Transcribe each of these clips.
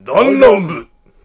弾丸部。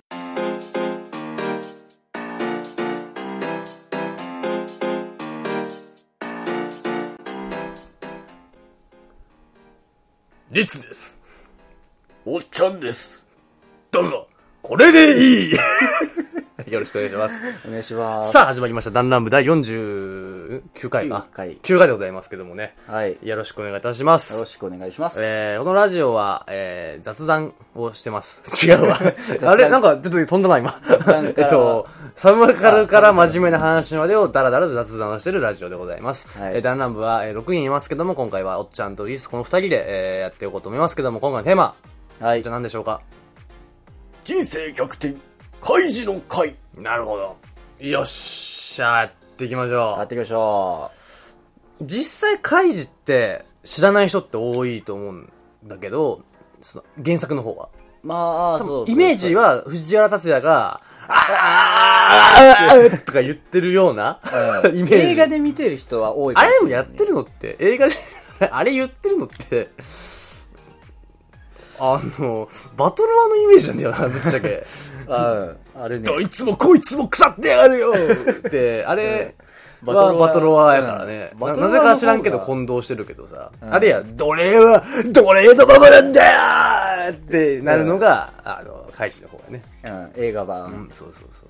リツです。 おっちゃんです。 だが、これでいいよろしくお願いします。 お願いします。 さあ、始まりました。弾丸部第49回か。9回でございますけどもね。 はい。 よろしくお願いいたします。 よろしくお願いします。 このラジオは、雑談をしてます。違うわ。あれなんか、ちょっと飛んだな、今。サブカルから真面目な話までをダラダラ雑談をしてるラジオでございます。はい、弾丸部は、6人いますけども、今回はおっちゃんとリス、この2人で、やっていこうと思いますけども、今回のテーマ。はい。じゃあ何でしょうか。 人生逆転。カイジの会。 なるほど。よっしゃ、やっていきましょう。 やっていきましょう。実際、カイジって知らない人って多いと思うんだけど、その原作の方は。 まあ、そう。 イメージは藤原竜也が、あとか言ってるような、イメージ。 映画で見てる人は多いかもしれない、ね。 あれでもやってるのって、映画じゃ、あれ言ってるのって、バトルワのイメージなんだよな、ぶっちゃけ。 あれね。 どいつもこいつも腐ってやがるよって、あれはバトルワやからね。なぜか知らんけど混同してるけどさ。あれや、奴隷のままなんだよってなるのが、カイジの方やね。 映画版。 そう。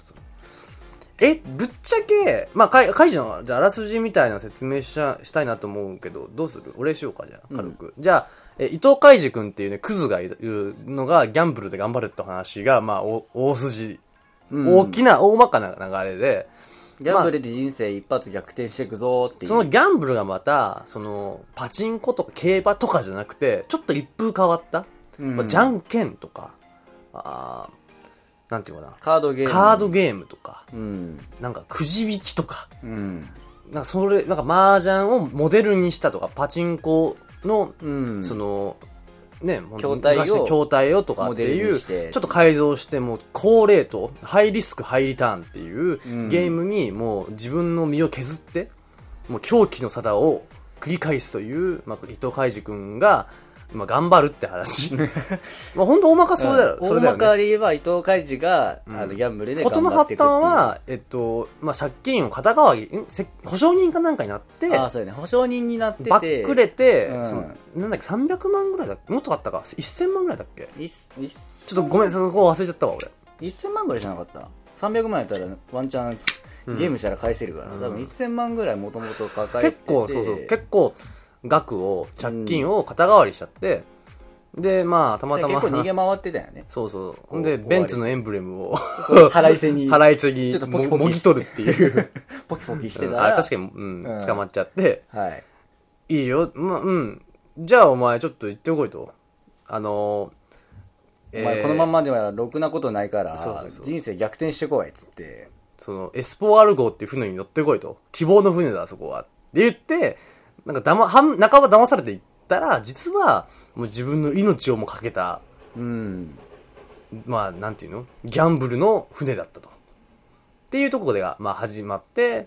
ぶっちゃけ、まあ、カイジの、じゃあ、あらすじみたいな説明したいなと思うけど、どうする？俺しようか、じゃあ、軽く。じゃあ、伊藤海二君っていうね、クズがいるのがギャンブルで頑張るって話が、まあ、大筋、大まかな流れで、 ギャンブルで人生一発逆転していくぞーっていう。 そのギャンブルがまた、パチンコとか競馬とかじゃなくて、ちょっと一風変わった、じゃんけんとか、なんていうかな。 カードゲームとか、なんかくじ引きとか、なんか麻雀をモデルにしたとか、パチンコの、ね、筐体をとかっていう、ちょっと改造して、もう高レート、ハイリスク、ハイリターンっていうゲームにもう自分の身を削って、もう狂気の沙汰を繰り返すという、まあ、伊藤海二君が、まあ、頑張るって話。まあ、ほんと大まかそうだよ。 大まかで言えば伊藤海二が、ギャンブルで頑張っていくっていう。 事の発端は、まあ、借金を肩代わり、保証人かなんかになって、 そうね。保証人になってて。 バックれて、なんだっけ、300万ぐらいだっけ、もっとあったか、1000万ぐらいだっけ。ちょっとごめん、そこ忘れちゃったわ、俺。 1000万ぐらいじゃなかった ?300 万やったらワンチャン、ゲームしたら返せるから、多分1000万ぐらいもともと抱えてて。 結構、額を、借金を肩代わりしちゃって、で、まあ、たまたま。 結構逃げ回ってたよね。 そう。ほんで、ベンツのエンブレムを、 払いせぎ、 ちょっともぎ取るっていう。 ポキポキしてたら。 あれ確かに、捕まっちゃって、いいよ、じゃあお前ちょっと言ってこいと。お前このまんまではろくなことないから、人生逆転してこいっつって。 エスポアル号っていう船に乗ってこいと。希望の船だ、そこは。って言って、なんか半ば騙されていったら、実は、もう自分の命をもかけた、まあ、なんていうの？ギャンブルの船だったと。っていうところが、まあ、始まって、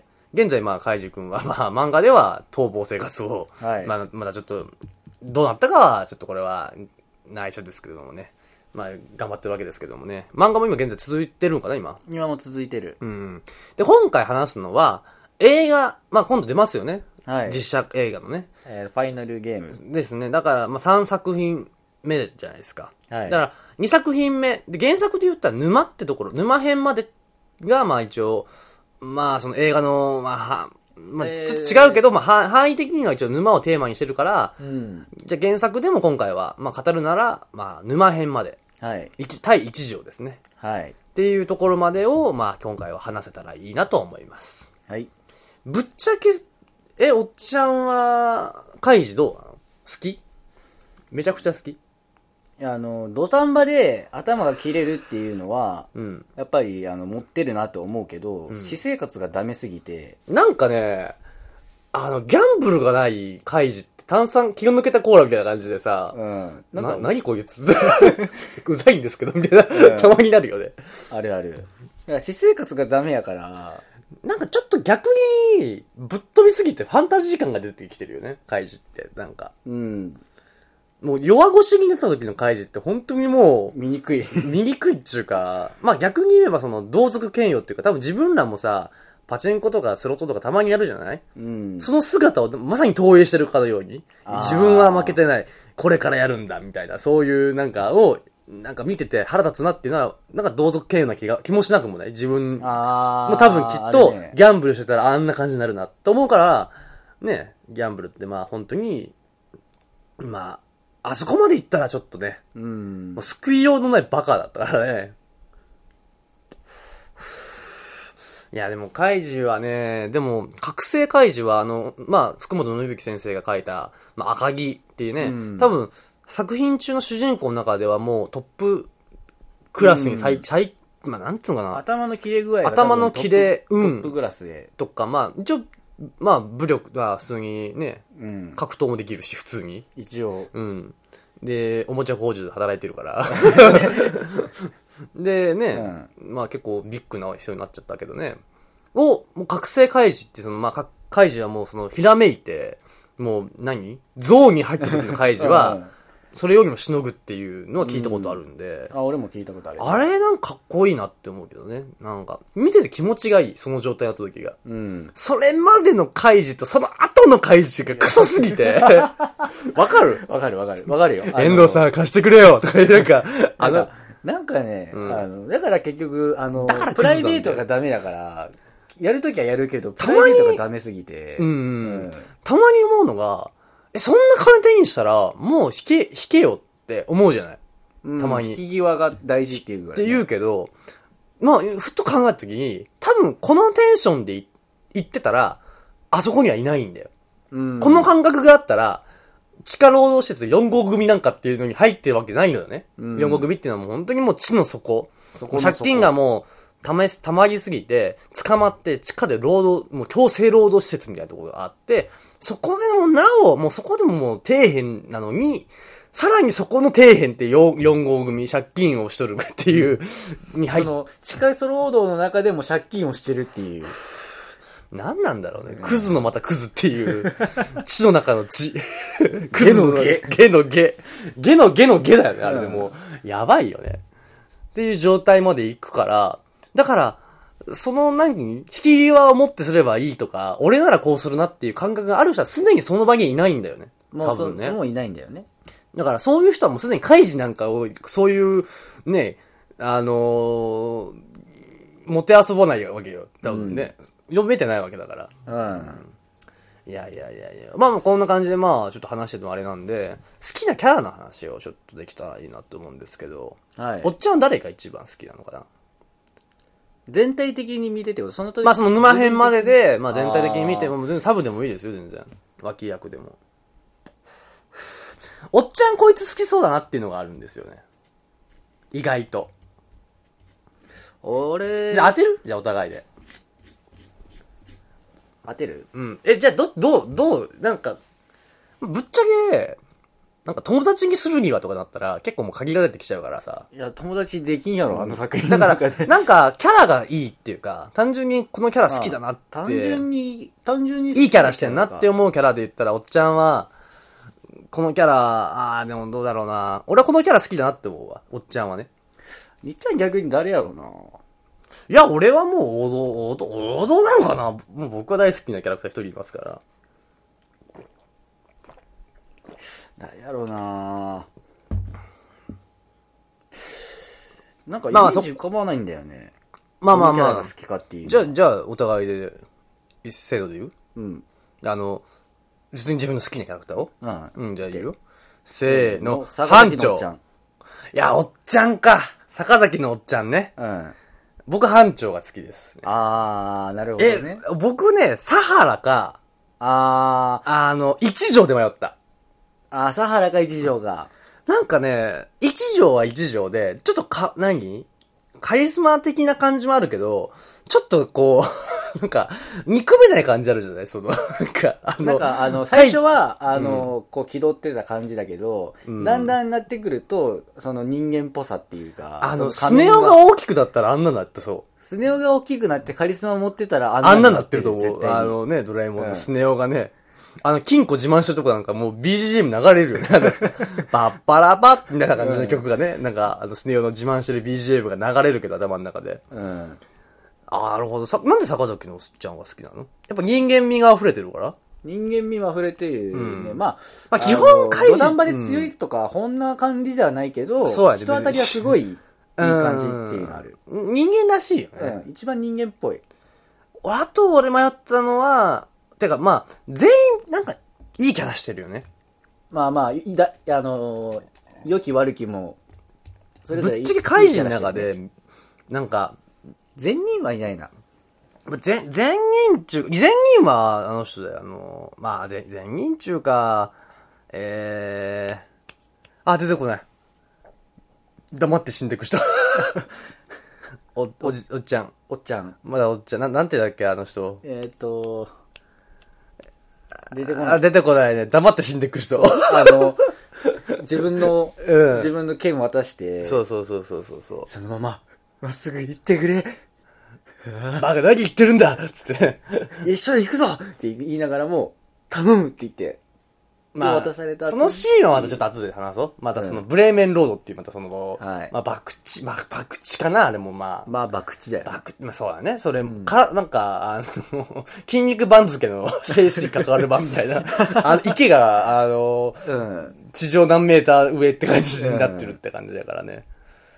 現在、まあ、カイジ君は、まあ、漫画では逃亡生活を、まだちょっと、どうなったかは、ちょっとこれは、内緒ですけれどもね。まあ、頑張ってるわけですけどもね。漫画も今現在続いてるのかな、今。 今も続いてる。 で、今回話すのは、映画、まあ、今度出ますよね。実写映画のね。 ファイナルゲーム。 ですね。だから、まあ、3作品目じゃないですか。だから、2作品目。で、原作で言ったら沼ってところ、沼編までが、まあ一応、まあその映画の、ちょっと違うけど、まあ範囲的には一応沼をテーマにしてるから、じゃあ原作でも今回は、まあ語るなら、まあ沼編まで。対1条ですね。っていうところまでを、まあ今回は話せたらいいなと思います。ぶっちゃけ、おっちゃんは、カイジどうなの？好き？めちゃくちゃ好き？ 土壇場で頭が切れるっていうのは、やっぱり、持ってるなと思うけど、私生活がダメすぎて。 なんかね、ギャンブルがないカイジって気が抜けたコーラみたいな感じでさ、何こいつうざいんですけど、みたいな、たまになるよね。 あるある。だから私生活がダメやから、 なんかちょっと逆に、ぶっ飛びすぎてファンタジー感が出てきてるよね、カイジって、なんか。 もう弱腰になった時のカイジって本当にもう、見にくいっていうか、まあ逆に言えばその同族兼用っていうか、多分自分らもさ、パチンコとかスロットとかたまにやるじゃない、うん、その姿をまさに投影してるかのように、自分は負けてない、これからやるんだ、みたいな、そういうなんかを、なんか見てて腹立つなっていうのは、なんか同族兼用な気もしなくもない。自分も多分きっとギャンブルしてたらあんな感じになるなと思うから、ね、ギャンブルってまあ本当に、まあ、あそこまで行ったらちょっとね、もう救いようのないバカだったからね。いやでもカイジはね、でも覚醒カイジはまあ福本信之先生が書いた、まあ赤木っていうね、多分作品中の主人公の中ではもうトップクラスにまあなんていうのかな。 頭の切れ具合が頭の切れ、 トップクラスで。 とか、まあ一応、まあ武力は普通にね、格闘もできるし、普通に。 一応。 うん。で、おもちゃ工場で働いてるから。でね、まあ結構ビッグな人になっちゃったけどね。もう覚醒カイジってまあ、カイジはもうひらめいて、もうゾーンに入った時のカイジは、それよりもしのぐっていうのは聞いたことあるんで。 俺も聞いたことある。 あれなんかかっこいいなって思うけどね。なんか、見てて気持ちがいい、その状態だった時が。それまでのカイジとその後のカイジがクソすぎて。わかるよ。 遠藤さん貸してくれよとかなんかね、だから結局、プライベートがダメだから、やるときはやるけど、プライベートがダメすぎて。 たまに思うのが、そんな金手にしたら、もう引けよって思うじゃない、たまに。 引き際が大事っていうぐらい、 って言うけど、まあ、ふと考えたときに、多分このテンションで行ってたら、あそこにはいないんだよ。この感覚があったら、地下労働施設4号組なんかっていうのに入ってるわけないのよね。4号組っていうのはもう本当にもう地の底。借金がもうたまりすぎて、捕まって地下でもう強制労働施設みたいなところがあって、そこでももうそこでももう底辺なのに、さらにそこの底辺って4号組、借金をしとるっていう、 に入って。地下労働の中でも借金をしてるっていう。 何なんだろうね。クズのまたクズっていう、地の中の地。 ゲのゲ。 ゲのゲ。ゲのゲのゲだよね、あれでもう。やばいよね。っていう状態まで行くから、だから、引き際をもってすればいいとか、俺ならこうするなっていう感覚がある人はすでにその場にいないんだよね。多分ね。 もういないんだよね。 だからそういう人はもうすでにカイジなんかを、そういう、ね、もてあそばないわけよ。多分ね。読めてないわけだから。いや。まあこんな感じでまあちょっと話しててもあれなんで、好きなキャラの話をちょっとできたらいいなと思うんですけど、おっちゃんは誰が一番好きなのかな？ 全体的に見ててこと？ まあその沼編までで、まあ全体的に見ても、全然サブでもいいですよ、全然。脇役でも。おっちゃんこいつ好きそうだなっていうのがあるんですよね。意外と。じゃあ当てる？じゃあお互いで。 当てる？ じゃあどう、なんか、ぶっちゃけ、なんか友達にするにはとかだったら結構もう限られてきちゃうからさ。 いや、友達できんやろ、あの作品。 だから、なんかキャラがいいっていうか、単純にこのキャラ好きだなって。 単純にいいキャラしてんなって思うキャラで言ったら、おっちゃんは、このキャラ、でもどうだろうな。俺はこのキャラ好きだなって思うわ。おっちゃんはね。 にっちゃん逆に誰やろうな。 いや、俺はもう王道なのかな。もう僕は大好きなキャラクター一人いますから。 誰やろうな。なんかイメージ浮かばないんだよね。 まあ。 どのキャラが好きかっていう。 じゃあお互いでせーので言う？普通に自分の好きなキャラクターを？じゃあ言うよ。せーの。班長。いや、おっちゃんか。坂崎のおっちゃんね。僕班長が好きです、ね。 なるほどね。 僕ね、サハラか、一条で迷った。 サハラか一条が。 なんかね、一条は一条で、ちょっとカリスマ的な感じもあるけど、ちょっとこう、なんか、憎めない感じあるじゃない最初は、こう気取ってた感じだけど、だんだんなってくると、その人間っぽさっていうか、 スネ夫が大きくなったらあんななってそう。 スネ夫が大きくなってカリスマ持ってたらあんななってると思う。ドラえもんのスネ夫がね、 金庫自慢してるとこなんかもう BGM 流れるよね。バッパラバッみたいな感じの曲がね、なんか、スネ夫の自慢してる BGM が流れるけど、頭の中で。 うん。 なるほど。なんで坂崎のおっちゃんが好きなの？やっぱ人間味が溢れてるから？ 人間味は溢れてるね。まあ、基本怪人。土壇場で強いとか、こんな感じではないけど、そうやね。人当たりはすごいいい感じっていうのある。 人間らしいよね。 一番人間っぽい。 あと俺迷ったのは、てかまあ、全員なんかいいキャラしてるよね。 まあまあ、良き悪きも、 それぞれぶっちゃけ怪人の中で、なんか、 善人はいないな。 善人はあの人だよ。まあ、善人中か、出てこない。黙って死んでいく人。おっちゃん。 おっちゃん。 まだおっちゃん。なんてだっけ、あの人。 出てこない。 出てこないね。黙って死んでいく人。 自分の剣渡して。 そう。そのまま、まっすぐ行ってくれ。 バカ何言ってるんだつって。 一緒に行くぞって言いながらも、頼むって言って。 まあ、 渡されたそのシーンはまたちょっと後で話そう。またそのブレーメンロードっていうまたその、まあ博打かなあれもまあ。 まあ博打だよ。 まあそうだね。それか、なんか、筋肉番付の静止に関わる版みたいな。池が、地上何メーター上って感じになってるって感じだからね。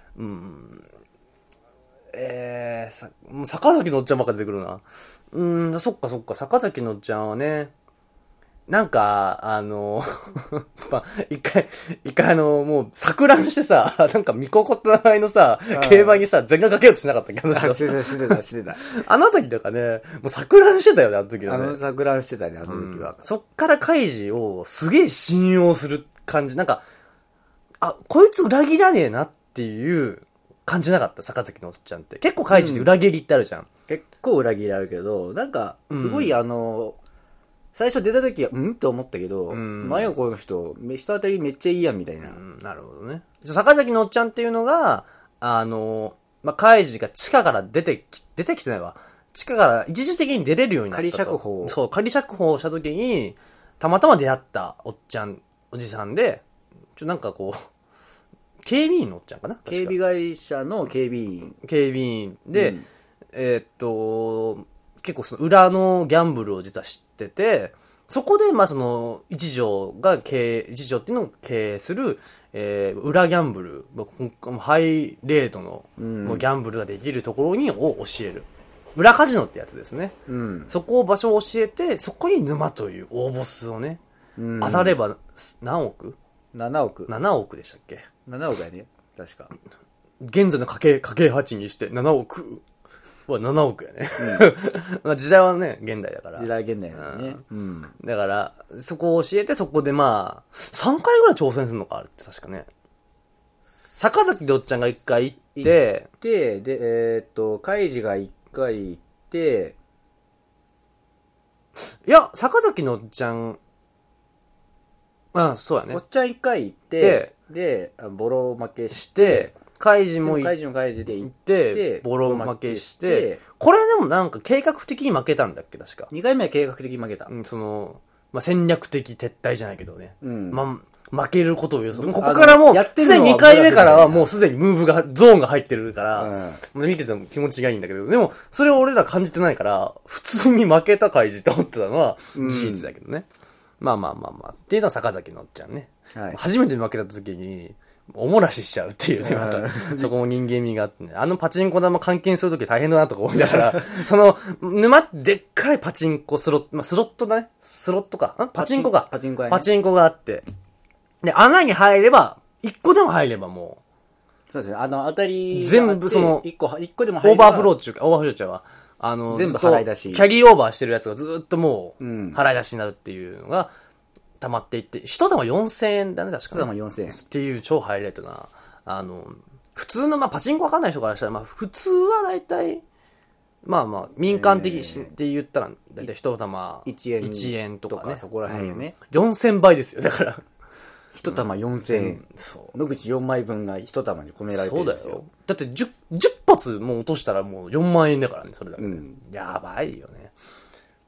もう坂崎のおっちゃんばっか出てくるな。そっか、坂崎のおっちゃんはね、なんか、まあ、一回もう、錯乱してさ、なんか、見ここった名前のさ、競馬にさ、全額かけようとしなかったっけ、あの人。 してた。 あの時とかね、もう錯乱してたよね、あの時はね。 錯乱してたね、あの時は。 そっからカイジをすげえ信用する感じ。なんか、こいつ裏切らねえなっていう感じなかった、坂崎のおっちゃんって。結構カイジって裏切りってあるじゃん。 結構裏切りあるけど、なんか、すごい最初出た時は、って思ったけど、前はこの人、人当たりめっちゃいいやん、みたいな。 なるほどね。坂崎のおっちゃんっていうのが、まあ、カイジが地下から出てきてないわ。地下から一時的に出れるようになったと。 仮釈放。 そう、仮釈放した時に、たまたま出会ったおじさんで、なんかこう、警備員のおっちゃんかな？ 警備会社の警備員。 警備員で、結構その裏のギャンブルを実は知ってて、そこで、まあその、一条っていうのを経営する、裏ギャンブル、ハイレートの、もうギャンブルができるところを教える。裏カジノってやつですね。そこを場所を教えて、そこに沼という大ボスをね、当たれば何億 ?7 億。 7億でしたっけ ?7 億やね。確か。 現在の家計8にして7億。7億やね。まあ時代はね、現代だから。 時代現代だね。 だから、そこを教えて、そこでまあ、3回ぐらい挑戦するのか、あれって確かね。坂崎でおっちゃんが1回行って、 で、カイジが1回行って、 いや、坂崎のおっちゃん、そうやね。 おっちゃん1回行って、で、ボロ負けして、 カイジもカイジで行って、 ボロ負けして、これでもなんか計画的に負けたんだっけ、確か。 2回目は計画的に負けた。 まあ、戦略的撤退じゃないけどね。まあ、負けることを予想。ここからもう、すでに2回目からはもうすでにゾーンが入ってるから、見てても気持ちがいいんだけど、でも、それを俺ら感じてないから、普通に負けたカイジって思ってたのは事実だけどね。まあ。っていうのは坂崎のおっちゃんね。初めて負けた時に、おもらししちゃうっていうね、また。そこも人間味があってね。パチンコ玉換金するとき大変だなとか思いながら、沼ってでっかいパチンコスロットだね。スロットか。パチンコか。 パチンコやね。 パチンコがあって。で、穴に入れば、1個でも入ればもう。そうですね。当たり。 全部1 個でも入れば。オーバーフロー中は、 全部払い出し。 キャリーオーバーしてるやつがずっともう、払い出しになるっていうのが、溜まっていって、一玉4000円だね、確かに。 一玉4000円。 っていう超ハイレートな、普通の、まあ、パチンコわかんない人からしたら、まあ、普通はだいたい、まあ、民間的って言ったら、だいたい一玉1円とかね。 そこら辺よね。 4000倍ですよ、だから。 一玉4000円。そう。野口4枚分が一玉に込められてるんですよ。 そうだよ。だって10発もう落としたらもう4万円だからね、それだけ。やばいよね。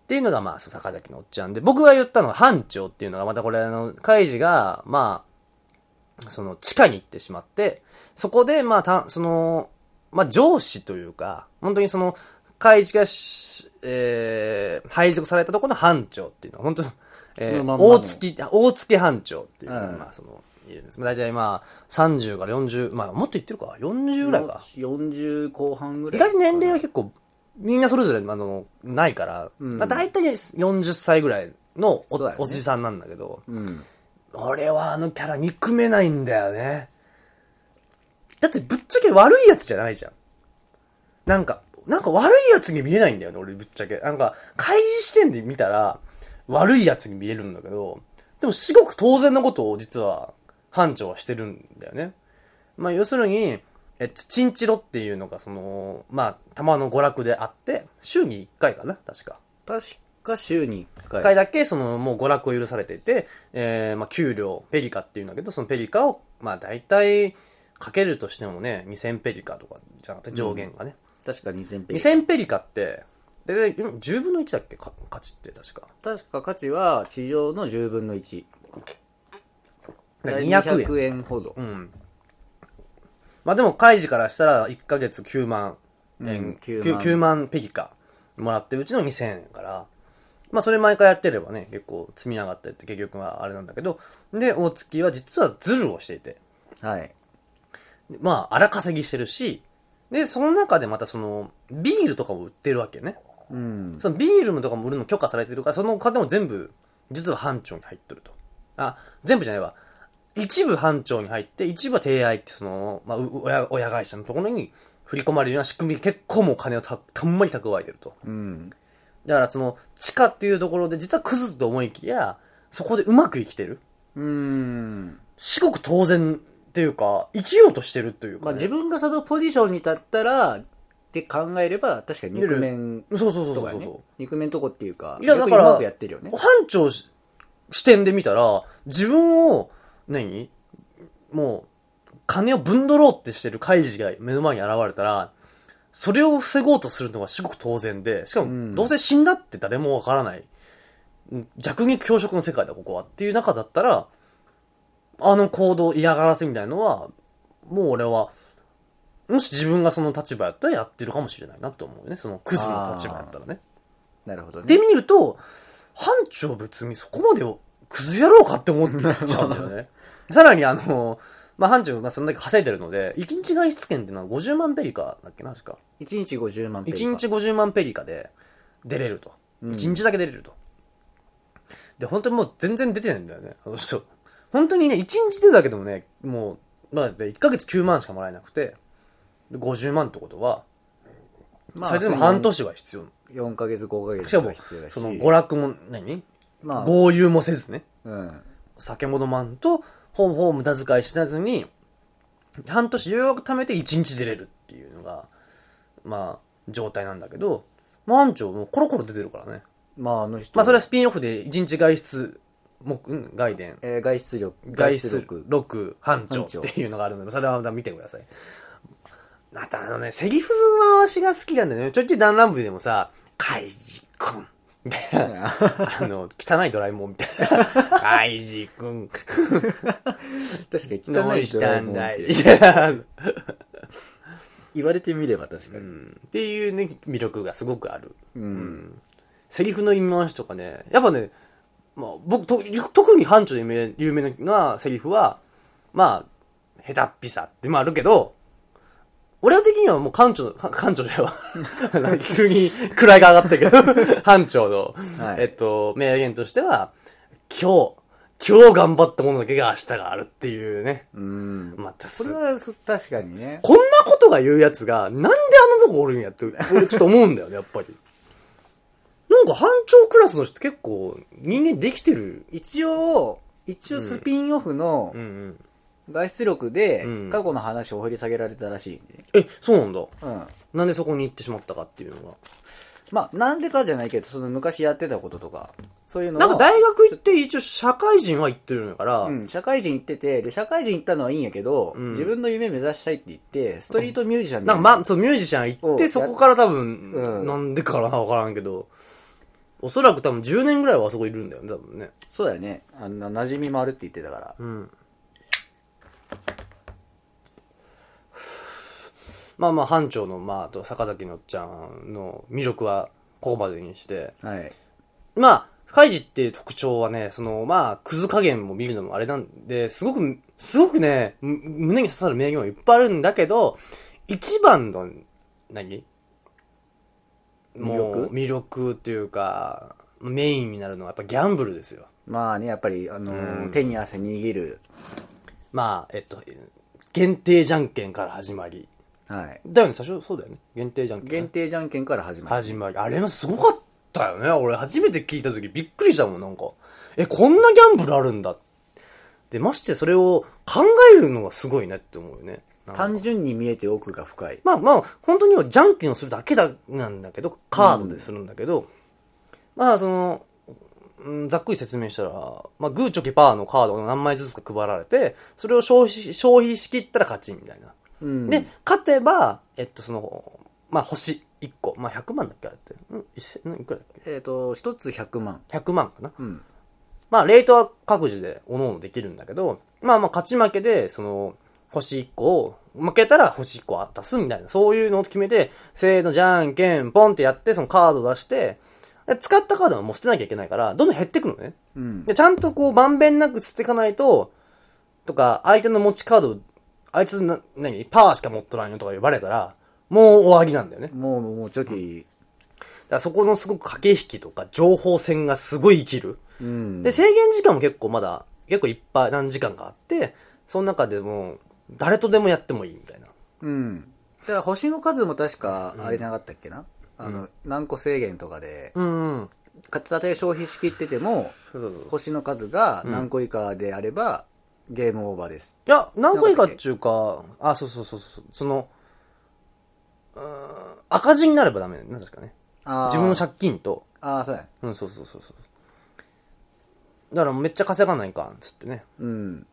っていうのがまあ、坂崎のおっちゃんで、僕が言ったのは班長っていうのが、またこれカイジが、まあ、地下に行ってしまって、そこで、まあ、まあ、上司というか、本当にカイジが配属されたところの班長っていうのは、本当に、大月班長っていうのが、まあ、いるんです。だいたいまあ、30から40、まあ、もっと言ってるか、40ぐらいか。 40後半ぐらい。 意外に年齢は結構、みんなそれぞれ、ないから、まあ、だいたい40歳ぐらいの おじさんなんだけど、俺はキャラ憎めないんだよね。だってぶっちゃけ悪いやつじゃないじゃん。なんか悪いやつに見えないんだよね、俺ぶっちゃけ。開示視点で見たら、悪いやつに見えるんだけど、でも至極当然のことを実は、班長はしてるんだよね。まあ要するに、チンチロっていうのがまあ、玉の娯楽であって、週に1回かな、確か。 確か週に1回。 1回だけ、もう娯楽を許されていて、まあ、給料、ペリカっていうんだけど、そのペリカを、まあ、大体、かけるとしてもね、2000ペリカとかじゃなくて上限がね。 確か2000ペリカ。2000ペリカって、で、10分の1だっけ価値って確か。 確か価値は地上の10分の1。 200 円ほど。 うん。まあでも、カイジからしたら1ヶ月9万円、9万ペリカもらってるうちの2000円から、まあそれ毎回やってればね、結構積み上がってって結局はあれなんだけど、で、大月は実はズルをしていて。 はい。 まあ、荒稼ぎしてるし、で、その中でまたビールとかも売ってるわけね。 うん。 そのビールとかも売るの許可されてるから、その方も全部、実は班長に入っとると。あ、全部じゃないわ。一部班長に入って、一部は提愛ってまあ、親会社のところに振り込まれるような仕組みで結構もう金をたんまり蓄えてると。 うん。 だから地下っていうところで実はクズと思いきや、そこでうまく生きてる。至極当然っていうか、生きようとしてるというか、ね。 まあ自分がそのポジションに立ったら、って考えれば、確かに肉面とか、ね。 そう。 肉面とこっていうか、 いやだから、 うまくやってるよね。 班長視点で見たら、自分を、もう、金をぶんどろうってしてるカイジが目の前に現れたら、それを防ごうとするのが至極当然で、しかも、どうせ死んだって誰もわからない。弱肉強食の世界だ、ここは。っていう中だったら、行動、嫌がらせみたいのは、もう俺は、もし自分がその立場やったらやってるかもしれないなって思うよね。そのクズの立場やったらね。 なるほどね。 で見ると、班長別にそこまでクズやろうかって思っちゃうんだよね。さらにまあ、班長がそんだけ稼いでるので、1日外出券っていうのは50万ペリカだっけな、確か。 1日50万ペリカ。 1日50万ペリカで出れると。1日だけ出れると。で、本当にもう全然出てないんだよね、あの人。本当にね、1日出ただけでもね、もう、まあ、1ヶ月9万しかもらえなくて、50万ってことは、まあ、それでも半年は必要。 4ヶ月、5ヶ月しかも、その娯楽もまあ、豪遊もせずね。酒も飲まんと、ほぼ無駄遣いしなずに、半年よく貯めて1日出れるっていうのが、まあ、状態なんだけど、まあ、班長もコロコロ出てるからね。 まあ、 まあ、それはスピンオフで1日外出、外伝。 外出力班長っていうのがあるので、それはまた見てください。またセリフ回しが好きなんだよね。ちょいちょい弾丸部でもさ、カイジ君みたいな。汚いドラえもんみたいな。カイジ君。 確かに汚いドラえもんって。言われてみれば確かに。 っていうね、魅力がすごくある。セリフの言い回しとかね、やっぱね、まあ、僕、特に班長で有名なセリフは、まあ、下手っぴさってもあるけど、俺的にはもう館長では、急に位が上がったけど、班長の、名言としては、今日頑張ったものだけが明日があるっていうね。またこれは確かにね。 こんなことが言うやつが、なんであのとこおるんやって、俺ちょっと思うんだよね、やっぱり。なんか班長クラスの人結構人間できてる。 一応スピンオフの外出力で過去の話を掘り下げられたらしいんで。そうなんだ。なんでそこに行ってしまったかっていうのが。 まあ、なんでかじゃないけど、その昔やってたこととか、そういうのを。 なんか大学行って一応社会人は行ってるんやから。 社会人行ってて、で、社会人行ったのはいいんやけど、自分の夢目指したいって言って、ストリートミュージシャンなんかそう、ミュージシャン行って、そこから多分、なんでかなわからんけど、 おそらく多分10年ぐらいはあそこいるんだよね、多分ね。 そうだよね。馴染みもあるって言ってたから。うん。 まあまあ、班長の、まあ、坂崎のっちゃんの魅力はここまでにして。はい。まあ、カイジっていう特徴はね、まあ、クズ加減も見るのもあれなんで、すごくね、胸に刺さる名言はいっぱいあるんだけど、一番の、魅力っていうか、メインになるのはやっぱギャンブルですよ。 まあね、やっぱり、手に汗握る。 まあ、限定じゃんけんから始まり。はい。だよね、最初そうだよね。限定じゃんけん。 限定じゃんけんから始まり。あれもすごかったよね。俺初めて聞いた時びっくりしたもん、なんか。こんなギャンブルあるんだ。で、ましてそれを考えるのがすごいねって思うよね。 単純に見えて奥が深い。 まあ、本当にはじゃんけんをするだけなんだけど、カードでするんだけど、まあ、ざっくり説明したら、まあ、グーチョキパーのカードが何枚ずつか配られて、それを消費しきったら勝ちみたいな。うん、で、勝てば、まあ、星1個。まあ、100万だっけあれって。いくらだっけ一つ100万。 100万かな。うん。まあ、レートは各自で各々できるんだけど、まあ勝ち負けで、星1個を、負けたら星1個渡すみたいな、そういうのを決めて、せーのじゃんけん、ポンってやって、そのカード出して、使ったカードはもう捨てなきゃいけないから、どんどん減ってくのね。うん、でちゃんとまんべんなく捨ていかないと、とか、相手の持ちカード、あいつパーしか持っとらんよとか言われたら、もう終わりなんだよね。 もうチョキ。 だからそこのすごく駆け引きとか、情報戦がすごい生きる。うん、で、制限時間も結構いっぱい何時間かあって、その中でも、誰とでもやってもいいみたいな。 うん。だから星の数も確か、あれじゃなかったっけな、何個制限とかで、例え消費しきってても、星の数が何個以下であれば、ゲームオーバーです。 いや、何個以下っていうか、赤字になればダメなんですかね。自分の借金と。 そうや。 うん、そう。だからめっちゃ稼がないかん、つってね。うん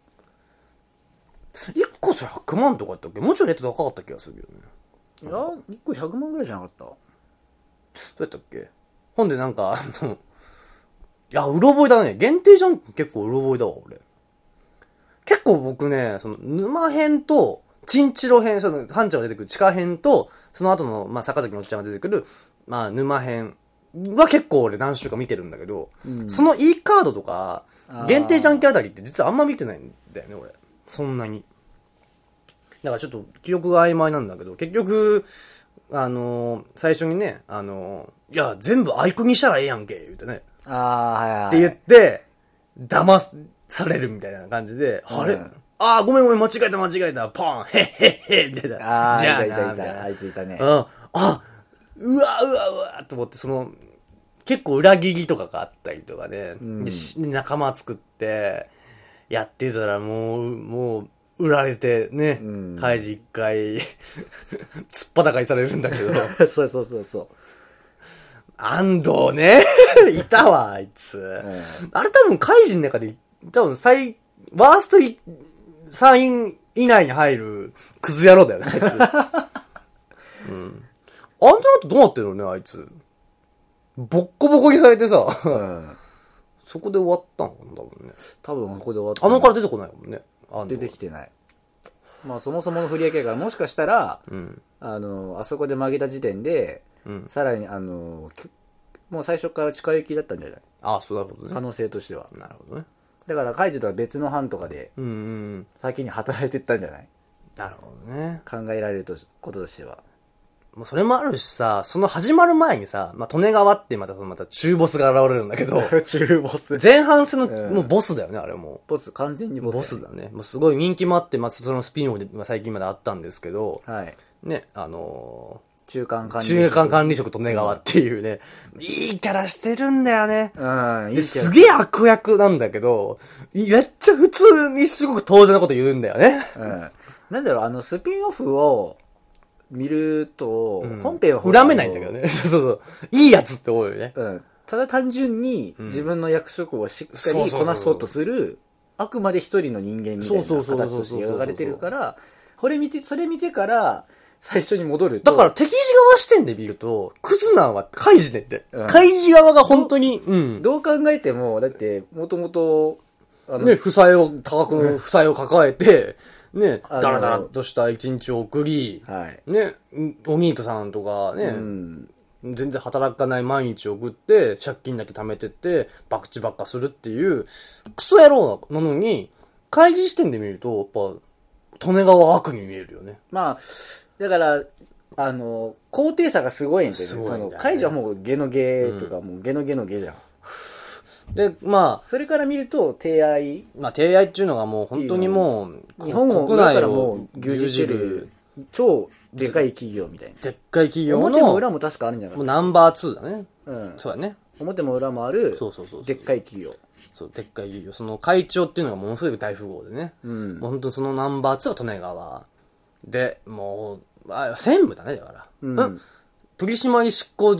。1個それ100万とかやったっけ？もうちょいレート高かった気がするけどね。 いや、1個100万ぐらいじゃなかった？どうやったっけ？ほんでいや、うろ覚えだね。限定じゃん結構うろ覚えだわ、俺。結構僕ね、沼編と、チンチロ編、班長が出てくる地下編と、その後の、まあ、坂崎のおっちゃんが出てくる、まあ、沼編は結構俺何週か見てるんだけど、その E カードとか、限定じゃんけんあたりって実はあんま見てないんだよね、俺。そんなに。だからちょっと記憶が曖昧なんだけど、結局、最初にね、いや、全部アイコンにしたらええやんけ、言うてね。って言って、騙されるみたいな感じで、あれごめん、間違えた、ポン、へっへっへ、みたいな。 じゃあな、みたいな。あいついたね。 うわ、と思って、結構裏切りとかがあったりとかね、仲間作って、やってたらもう、売られてね、カイジ一回、突っ裸にされるんだけど。 そう。 安藤ね、いたわ、あいつ。あれ多分カイジの中で、ワースト3位以内に入るクズ野郎だよね、あいつ。うん。あんな後どうなってるのね、あいつ。ボッコボコにされてさ、そこで終わったのかな、多分ね。 多分ここで終わった。 から出てこないもんね。 出てきてない。まあそもそもの振り分けがもしかしたら、あそこで曲げた時点で、さらにもう最初から近行きだったんじゃない？ そうなるほどね。 可能性としては。 なるほどね。 だからカイジとは別の班とかで、先に働いてったんじゃない？ なるほどね。 考えられることとしては。 もうそれもあるしさ、その始まる前にさ、まあ、利根川ってまた中ボスが現れるんだけど、 中ボス。 前半戦の、もうボスだよね、あれも。 ボス、完全にボス。 ボスだね。もうすごい人気もあって、まあ、そのスピンオフで、まあ、最近まであったんですけど、 はい。 ね、 中間管理職利根川っていうね、いいキャラしてるんだよね。 いいキャラ。 すげえ悪役なんだけど、めっちゃ普通にすごく当然なこと言うんだよね。 なんだろう、スピンオフを、見ると、本編は恨めないんだけどね。そう。いいやつって多いよね。 ただ単純に自分の役職をしっかりこなそうとする、あくまで一人の人間みたいな形として描かれてるから、それ見てから、 最初に戻ると。 だから敵地側視点で見ると、クズなんはカイジねって。カイジ側が本当に、 どう考えても、だって、もともと、 ね、負債を抱えて、ね、ダラダラとした一日を送り、ね、おミートさんとかね、全然働かない毎日を送って、借金だけ貯めてって、博打ばっかするっていう、クソ野郎なのに、開示視点で見ると、やっぱ、利根川は悪に見えるよね。 まあ、だから、高低差がすごいんですよね。その、開示はもうゲのゲとか、もうゲのゲのゲじゃん。 で、まあ、 それから見ると、提愛。 まあ、提愛っていうのがもう本当にもう、 日本を国内を牛耳ってる、超でかい企業みたいな。 でっかい企業の。 表も裏も確かあるんじゃないかな。 もうナンバー2だね。そうだね。 表も裏もある、でっかい企業。 そう、でっかい企業。その会長っていうのがものすごい大富豪でね。もう本当にそのナンバー2が利根川。で、もう、専務だね、だから。取締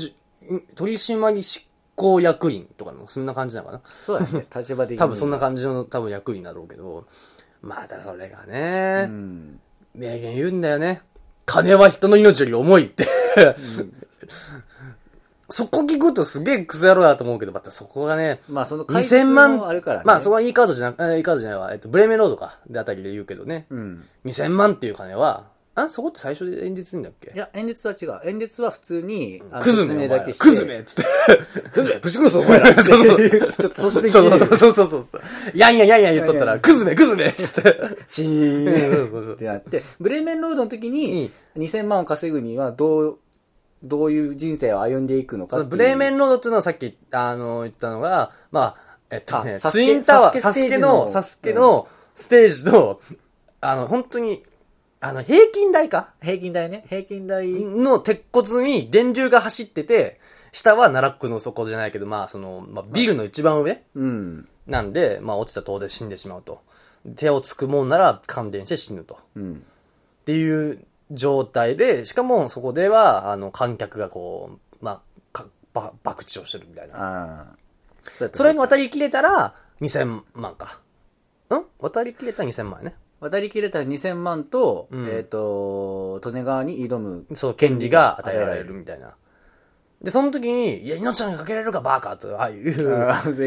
執行役員とかの、そんな感じなのかな。 そうだね、立場的に。 多分そんな感じの役員だろうけど、またそれがね、名言言うんだよね。金は人の命より重いって。そこ聞くとすげえクソ野郎だと思うけど、またそこがね、 まあその2000万あるからね。 まあそこは E カードじゃないわ、ブレーメンロードか、であたりで言うけどね。2000万っていう金は、そこって最初で演説するんだっけ？ いや、演説は違う。演説は普通に、 クズめだけして。クズめっつって。 クズめぶち殺すお前ら。そうそう。ちょっと突然そう。やん言っとったら、クズめっつって。 シーンってなって、ブレーメンロードの時に2000万を稼ぐにはどういう人生を歩んでいくのかっていう。 ブレーメンロードっていうのはさっき、言ったのが、まあ、ツインタワー、サスケのステージの、本当に、平均台か？ 平均台ね。平均台の鉄骨に電流が走ってて、下は奈落の底じゃないけど、まあビルの一番上、なんで、まあ落ちた塔で死んでしまうと。手をつくもんなら感電して死ぬと。っていう状態で、しかもそこでは、観客がこう、まあ、博打をしてるみたいな。それに渡り切れたら、2000万か。渡り切れたら2000万ね。 渡り切れたら2000万と、利根川に挑む。 そう、権利が与えられるみたいな。で、その時に、いや、命なんかかけられるかバカと、ああいう、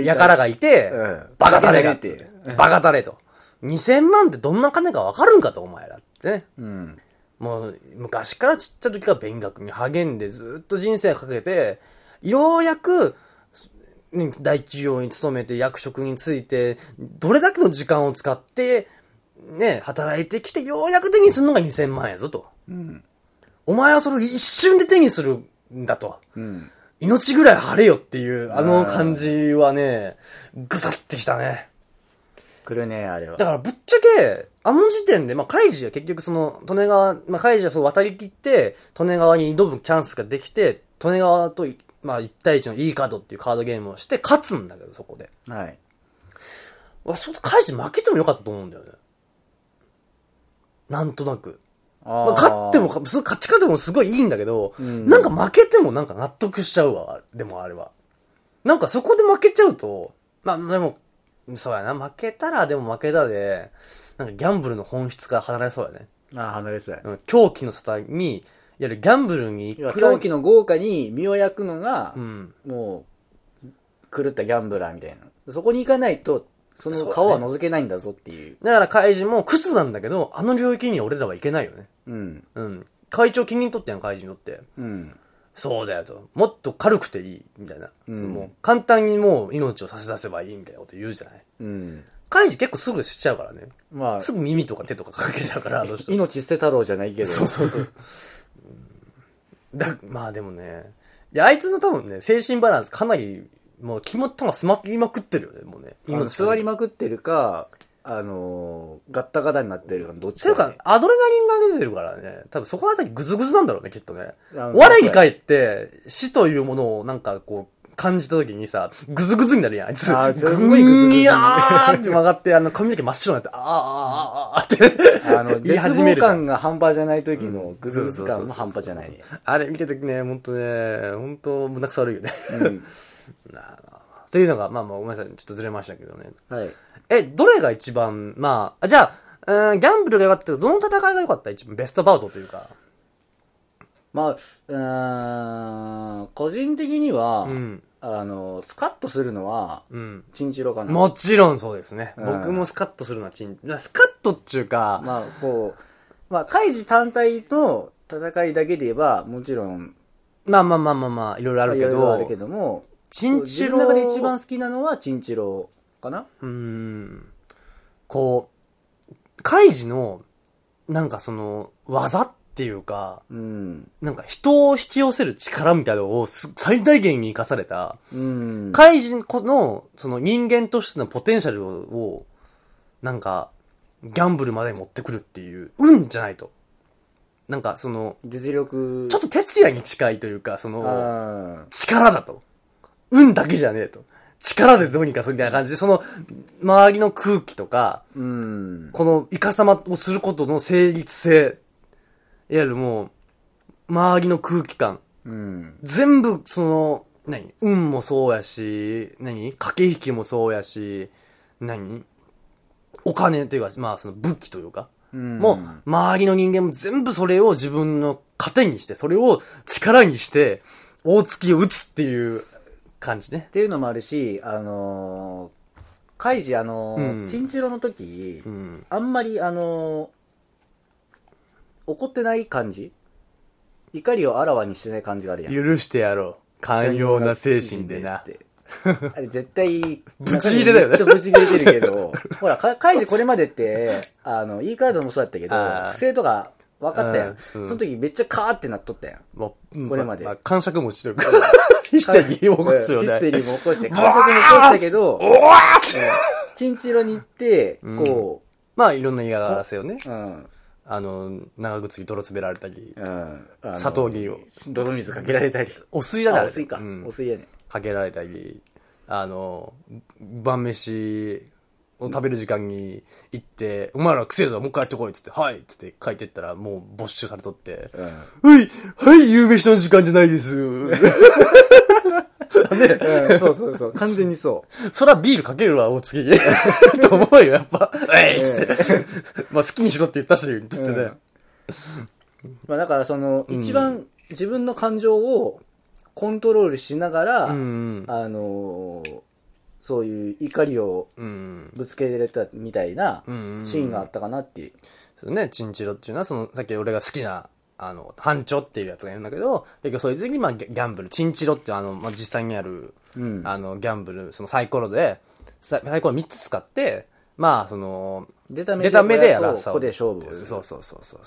やからがいて、バカタレがって。バカタレと。2000万ってどんな金かわかるんかと、お前らってね。もう、昔からちっちゃい時から勉学に励んでずっと人生かけて、ようやく、大企業に勤めて役職に就いて、どれだけの時間を使って、ね、働いてきてようやく手にするのが2000万やぞと。お前はそれを一瞬で手にするんだと。命ぐらい晴れよっていう、感じはね、ぐさってきたね。 来るね、あれは。 だからぶっちゃけ、あの時点で、まあ、カイジは結局その、利根川、まあ、カイジはそう渡り切って、利根川に挑むチャンスができて、利根川と、まあ、1対1のいいカードっていうカードゲームをして、勝つんだけど、そこで。 はい。 カイジ負けてもよかったと思うんだよね。なんとなく。まあ、勝っても、勝ち方もすごいいいんだけど、なんか負けてもなんか納得しちゃうわ、でもあれは。なんかそこで負けちゃうと、まあでも、そうやな、負けたらでも負けたで、なんかギャンブルの本質から離れそうやね。 離れそうや。 狂気の沙汰に、いわゆるギャンブルに、 狂気の豪華に身を焼くのが、もう、狂ったギャンブラーみたいな。そこに行かないと、その顔は覗けないんだぞっていう。 だから怪人も靴なんだけど、あの領域に俺らはいけないよね。会長気に入っとってやん、怪人にとって。そうだよと。もっと軽くていい、みたいな。もう簡単にもう命を差し出せばいいみたいなこと言うじゃない。怪人結構すぐしちゃうからね。まあ。すぐ耳とか手とかかけちゃうから、どうしても。 命捨て太郎じゃないけど。 そう。まあでもね。いや、あいつの多分ね、精神バランスかなり、もう肝っ玉すまりまくってるよね、もうね。 座りまくってるか、ガッタガタになってるか、どっちか、ね。っていうか、アドレナリンが出てるからね。多分そこのあたりグズグズなんだろうね、きっとね。我に返って、死というものをなんかこう、感じた時にさ、グズグズになるやん、あいつ。 すごいグズグズ。 いやーって曲がって、髪の毛真っ白になって、って言い始める。絶望感が半端じゃない時のグズグズ感も半端じゃない。 あれ見てる時ね、ほんと胸くそ悪いよね。というのが、まあごめんなさい、ちょっとずれましたけどね。 はい。 どれが一番、まあ、じゃあ、ギャンブルが良かったけど、どの戦いが良かった一番ベストバウトというか。 まあ、個人的には、スカッとするのは、チンチロかな。 もちろんそうですね。僕もスカッとするのはスカッとっていうか、 カイジ単体の戦いだけで言えば、もちろん、 いろいろあるけど、 いろいろあるけども、 チンチロ自分の中で一番好きなのはチンチロかな。 こう、カイジの、なんかその、技っていうか、なんか人を引き寄せる力みたいなのを最大限に生かされた、カイジの、その人間としてのポテンシャルを、なんか、ギャンブルまで持ってくるっていう、運じゃないと。なんかその、 実力。 ちょっと哲也に近いというか、その、力だと。運だけじゃねえと。力でどうにかするみたいな感じで、その、周りの空気とか、このイカサマをすることの成立性、いわゆるもう、周りの空気感、全部、その、運もそうやし、駆け引きもそうやし、お金というか、まあその武器というか、もう、周りの人間も全部それを自分の糧にして、それを力にして、大月を打つっていう感じね。 っていうのもあるし、カイジ、チンチロの時、あんまり、怒ってない感じ、怒りをあらわにしてない感じがあるやん。 許してやろう。寛容な精神でな。 あれ絶対、 ブチ切れだよね。 ちょっとブチ切れてるけど、ほら、カイジこれまでって、E カードもそうだったけど、不正とか分かったやん。その時めっちゃカーってなっとったやん。これまで。 感触もしてるから。ヒステリーを起こすよね。 ヒステリーも起こして、感触も起こしたけど、チンチロに行って、こう。 まあ、いろんな嫌がらせをね。長靴に泥詰められたり、砂糖着を。 泥水かけられたり。 お水だね。 お水か。お水やね。 かけられたり、晩飯を食べる時間に行って、お前らくせえぞ、もう一回やってこいっつって、はいっつって帰ってったら、もう没収されとって、はい、夕飯の時間じゃないです。 そう。完全にそう。 そらビールかけるわ、大月に。と思うよ、やっぱ。っつって。まあ好きにしろって言ったし、つってね。 まあだから一番自分の感情をコントロールしながら、そういう怒りをぶつけられたみたいなシーンがあったかなっていう。 そうね、チンチロっていうのは、さっき俺が好きな、班長っていうやつがいるんだけど、結局そいつに、ギャンブル、チンチロって実際にある、ギャンブル、そのサイコロで、サイコロ3つ使って、出た目でやらさ、 ここで勝負をする。 そう。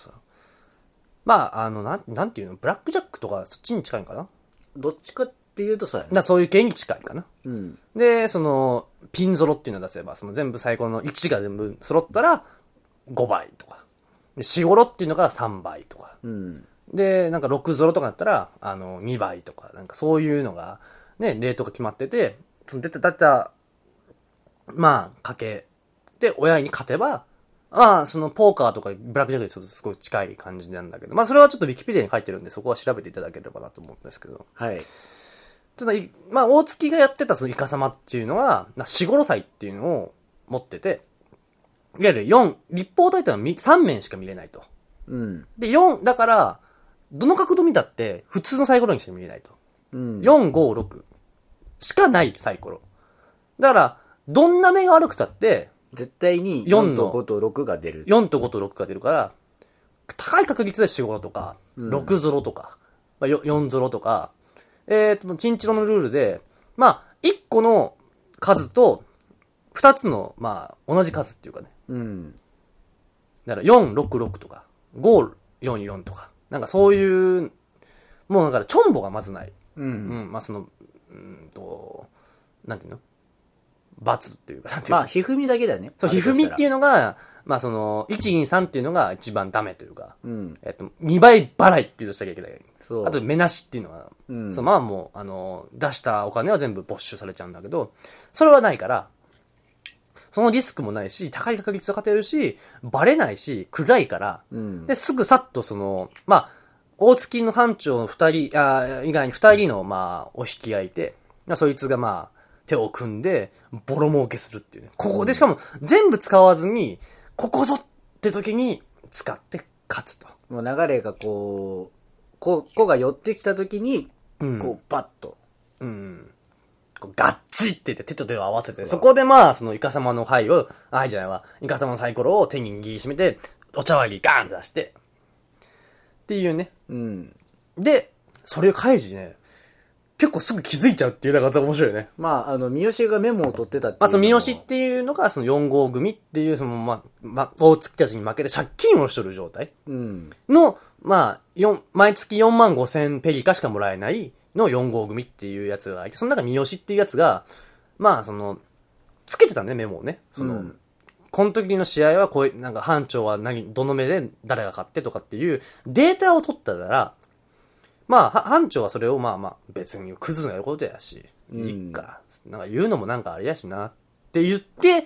まあ、なんていうの、ブラックジャックとかそっちに近いんかな？ どっちかっていうとそうやね。 そういう系に近いかな。で、ピンゾロっていうのを出せば、全部サイコロの1が全部揃ったら、5倍とか。4ゴロっていうのが3倍とか。で、6ゾロとかだったら、2倍とか、そういうのが、ね、レートが決まってて、出た、まあ、かけ、で、親に勝てば、ポーカーとかブラックジャックでちょっとすごい近い感じなんだけど、まあ、それはちょっとウィキペディアに書いてるんで、そこは調べていただければなと思うんですけど。 はい。 ただ、まあ、大月がやってたイカ様っていうのは、4ゴロ祭っていうのを持ってて、いわゆる立方体ってのは3面しか見れないと。で、だから、どの角度見たって、普通のサイコロにしか見れないと。4、5、6しかないサイコロ。だから、どんな目が悪くたって、 絶対に4と5と6が出る。 4と5と6が出るから、高い確率で4ゴロとか、6ゾロとか、4ゾロとか、チンチロのルールで、まあ、1個の数と、2つの、まあ、同じ数っていうかね。だから、4、6、6とか、5、4、4とか、そういう、もうだからチョンボがまずない。まあなんていうの？罰っていうか、なんていうの？ まあ、ひふみだけだね。 そう、ひふみっていうのが、まあ1、2、3っていうのが一番ダメというか、2倍払いっていうのしたきゃいけない。あと、目なしっていうのが、まあもう、出したお金は全部没収されちゃうんだけど、それはないから、そのリスクもないし、高い確率で勝てるし、バレないし、暗いから、で、すぐさっとまあ、大月の班長2人、以外に2人の、まあ、お引きがいて、そいつがまあ、手を組んで、ボロ儲けするっていうね。ここで、しかも、全部使わずに、ここぞって時に使って勝つと。 もう流れがこう、 こが寄ってきた時に、こう、バッと。 うん。ガッチって言って手と手を合わせて、そこでまあ、そのイカ様の灰を、灰じゃないわ、イカ様のサイコロを手に握りしめて、お茶割りガーンって出して、っていうね。 うん。 で、それをカイジね、結構すぐ気づいちゃうっていうのがまた面白いよね。 まあ、三好がメモを取ってたっていう。 まあ、その三好っていうのが、その4号組っていう、その、大月たちに負けて借金をしとる状態の、まあ、毎月45,000ペリカしかもらえないの4号組っていうやつがいて、その中三好っていうやつが、まあ、その、つけてたね、メモをね。その、この時の試合はこういう、なんか班長はどの目で誰が勝ってとかっていうデータを取ったら、まあ、班長はそれをまあまあ、別にクズのやることやし、いいか。なんか言うのもなんかあれやしな。って言って、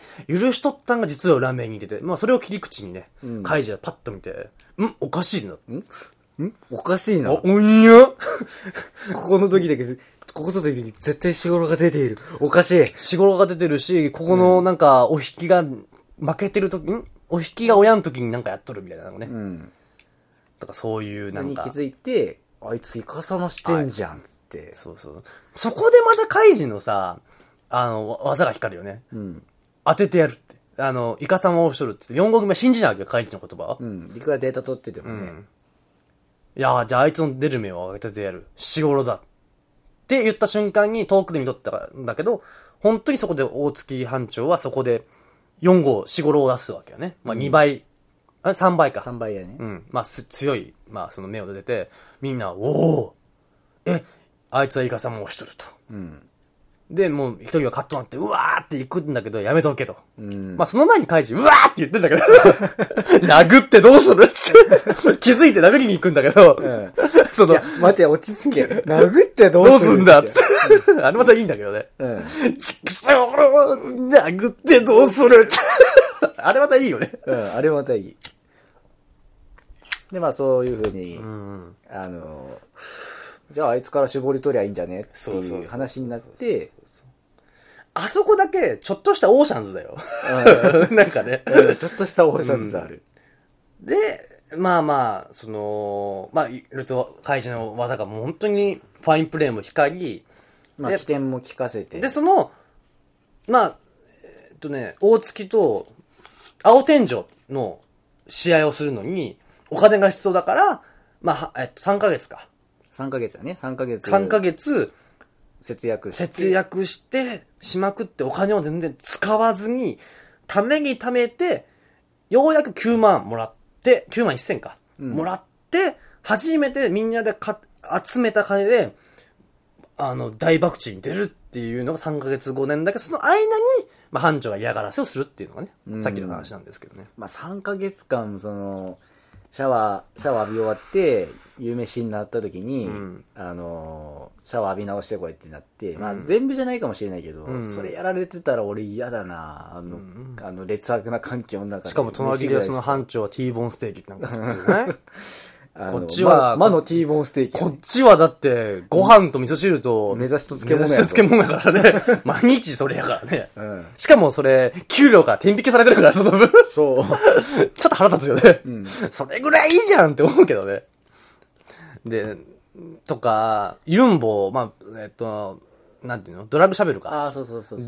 許しとったんが実は裏面に出て、まあそれを切り口にね、カイジがパッと見て、おかしいな。 おかしいな。 おんにゃここの時だけ、ここの時絶対しごろが出ている。おかしい。 しごろが出てるし、ここのなんか、お引きが負けてる時に、お引きが親の時になんかやっとるみたいなのね。とかそういうなんか。 に気づいて、あいつイカサマしてんじゃん、つって。 そうそう。そこでまたカイジのさ、技が光るよね。当ててやるって。イカサマをしとるって。4号組は信じないわけよ、カイジの言葉は。 いくらデータ取っててもね。 いやじゃああいつの出る目を当ててやる。しごろだ。って言った瞬間に遠くで見とったんだけど、本当にそこで大月班長はそこで4号、しごろを出すわけよね。まあ2倍、3倍か。 3倍やね。 まあ強い、まあその目を出て、みんな、おーあいつはイカサマをしとると。で、もう一人はカッとなって、うわーって行くんだけど、やめとけと。まあその前にカイジ、うわーって言ってんだけど、殴ってどうするって気づいて殴りに行くんだけど、 その、待て、落ち着け。殴ってどうするんだって。あれまたいいんだけどね。ちくしょう殴ってどうするって。あれまたいいよね。 あれまたいい。で、まあそういう風に、じゃああいつから絞り取りゃいいんじゃねっていう話になって、 あそこだけ、ちょっとしたオーシャンズだよ。なんかね。 ちょっとしたオーシャンズある。 で、まあまあ、その、まあ、いると、カイジの技がもう本当にファインプレーも光り、 まあ、起点も効かせて。 で、その、まあ、大月と、青天井の試合をするのに、お金が必要だから、まあ、3ヶ月か。 3ヶ月だね。3ヶ月、節約してしまくってお金を全然使わずに、ために貯めて、ようやく9万もらって、9万1000か。もらって、初めてみんなで集めた金で、大博打に出るっていうのが3ヶ月後年だけど、その間に、まあ、班長が嫌がらせをするっていうのがね、さっきの話なんですけどね。 まあ、3ヶ月間、シャワー浴び終わって、夕飯になった時に、シャワー浴び直してこいってなって、まあ全部じゃないかもしれないけど、それやられてたら俺嫌だな、劣悪な環境の中で。 しかも隣でその班長は T ボーンステーキなんか食ってるね。 こっちは、魔の T ボーンステーキ。 こっちはだって、ご飯と味噌汁と、 目指しと漬物やからね。毎日それやからね。しかもそれ、給料から天引きされてるから、その分。 そう。 ちょっと腹立つよね。それぐらいいいじゃんって思うけどね。で、とか、ユンボ、まあ、なんていうのドラッグシャベルか。 あ、そう。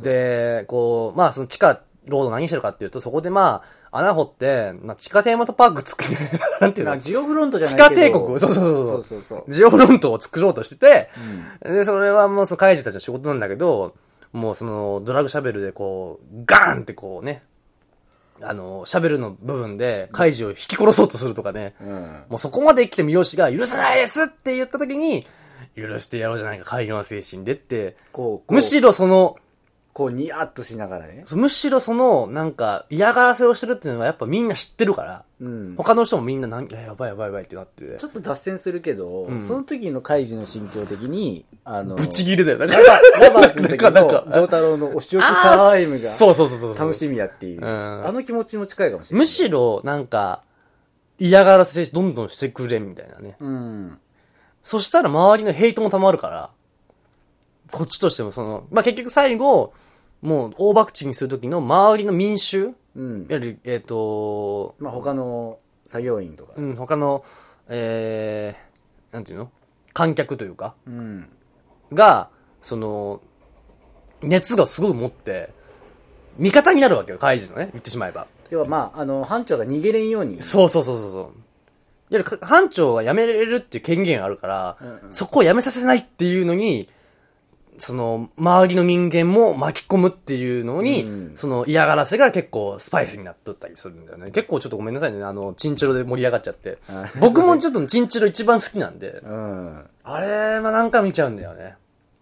で、こう、まあその地下、ロード何してるかっていうと、そこでまあ、穴掘って、地下テーマとパーク作る、なんていうのジオフロントじゃないけど。 地下帝国、そう。ジオフロントを作ろうとしてて、で、それはもうそのカイジたちの仕事なんだけど、もうそのドラッグシャベルでこう、ガーンってこうね、シャベルの部分でカイジを引き殺そうとするとかね、もうそこまで来て三好が許さないですって言った時に、許してやろうじゃないか、開業の精神でって、むしろその、 こうニヤッとしながらね。 むしろその、なんか、嫌がらせをしてるっていうのはやっぱみんな知ってるから、他の人もみんなやばいってなってちょっと脱線するけど、その時のカイジの心境的に、 ブチギレだよ。 ラバーズの時の、ジョータロウのお仕置きタイムが、 そう。 楽しみやっていう。あの気持ちも近いかもしれない。 むしろ、なんか、嫌がらせどんどんしてくれみたいなね。そしたら周りのヘイトも溜まるから、こっちとしてもまあ、結局最後、もう大博打にするときの周りの民衆、いわゆる、まあ、他の作業員とか。 他の、 なんていうの観客というか、が、熱がすごい持って、味方になるわけよ、カイジのね、言ってしまえば。 要はまあ、班長が逃げれんように。 そう。いや、班長が辞めれるっていう権限があるから、そこを辞めさせないっていうのに、周りの人間も巻き込むっていうのに、嫌がらせが結構スパイスになっとったりするんだよね。結構ちょっとごめんなさいね、チンチロで盛り上がっちゃって。僕もちょっとチンチロ一番好きなんで、あれ、何回も見ちゃうんだよね。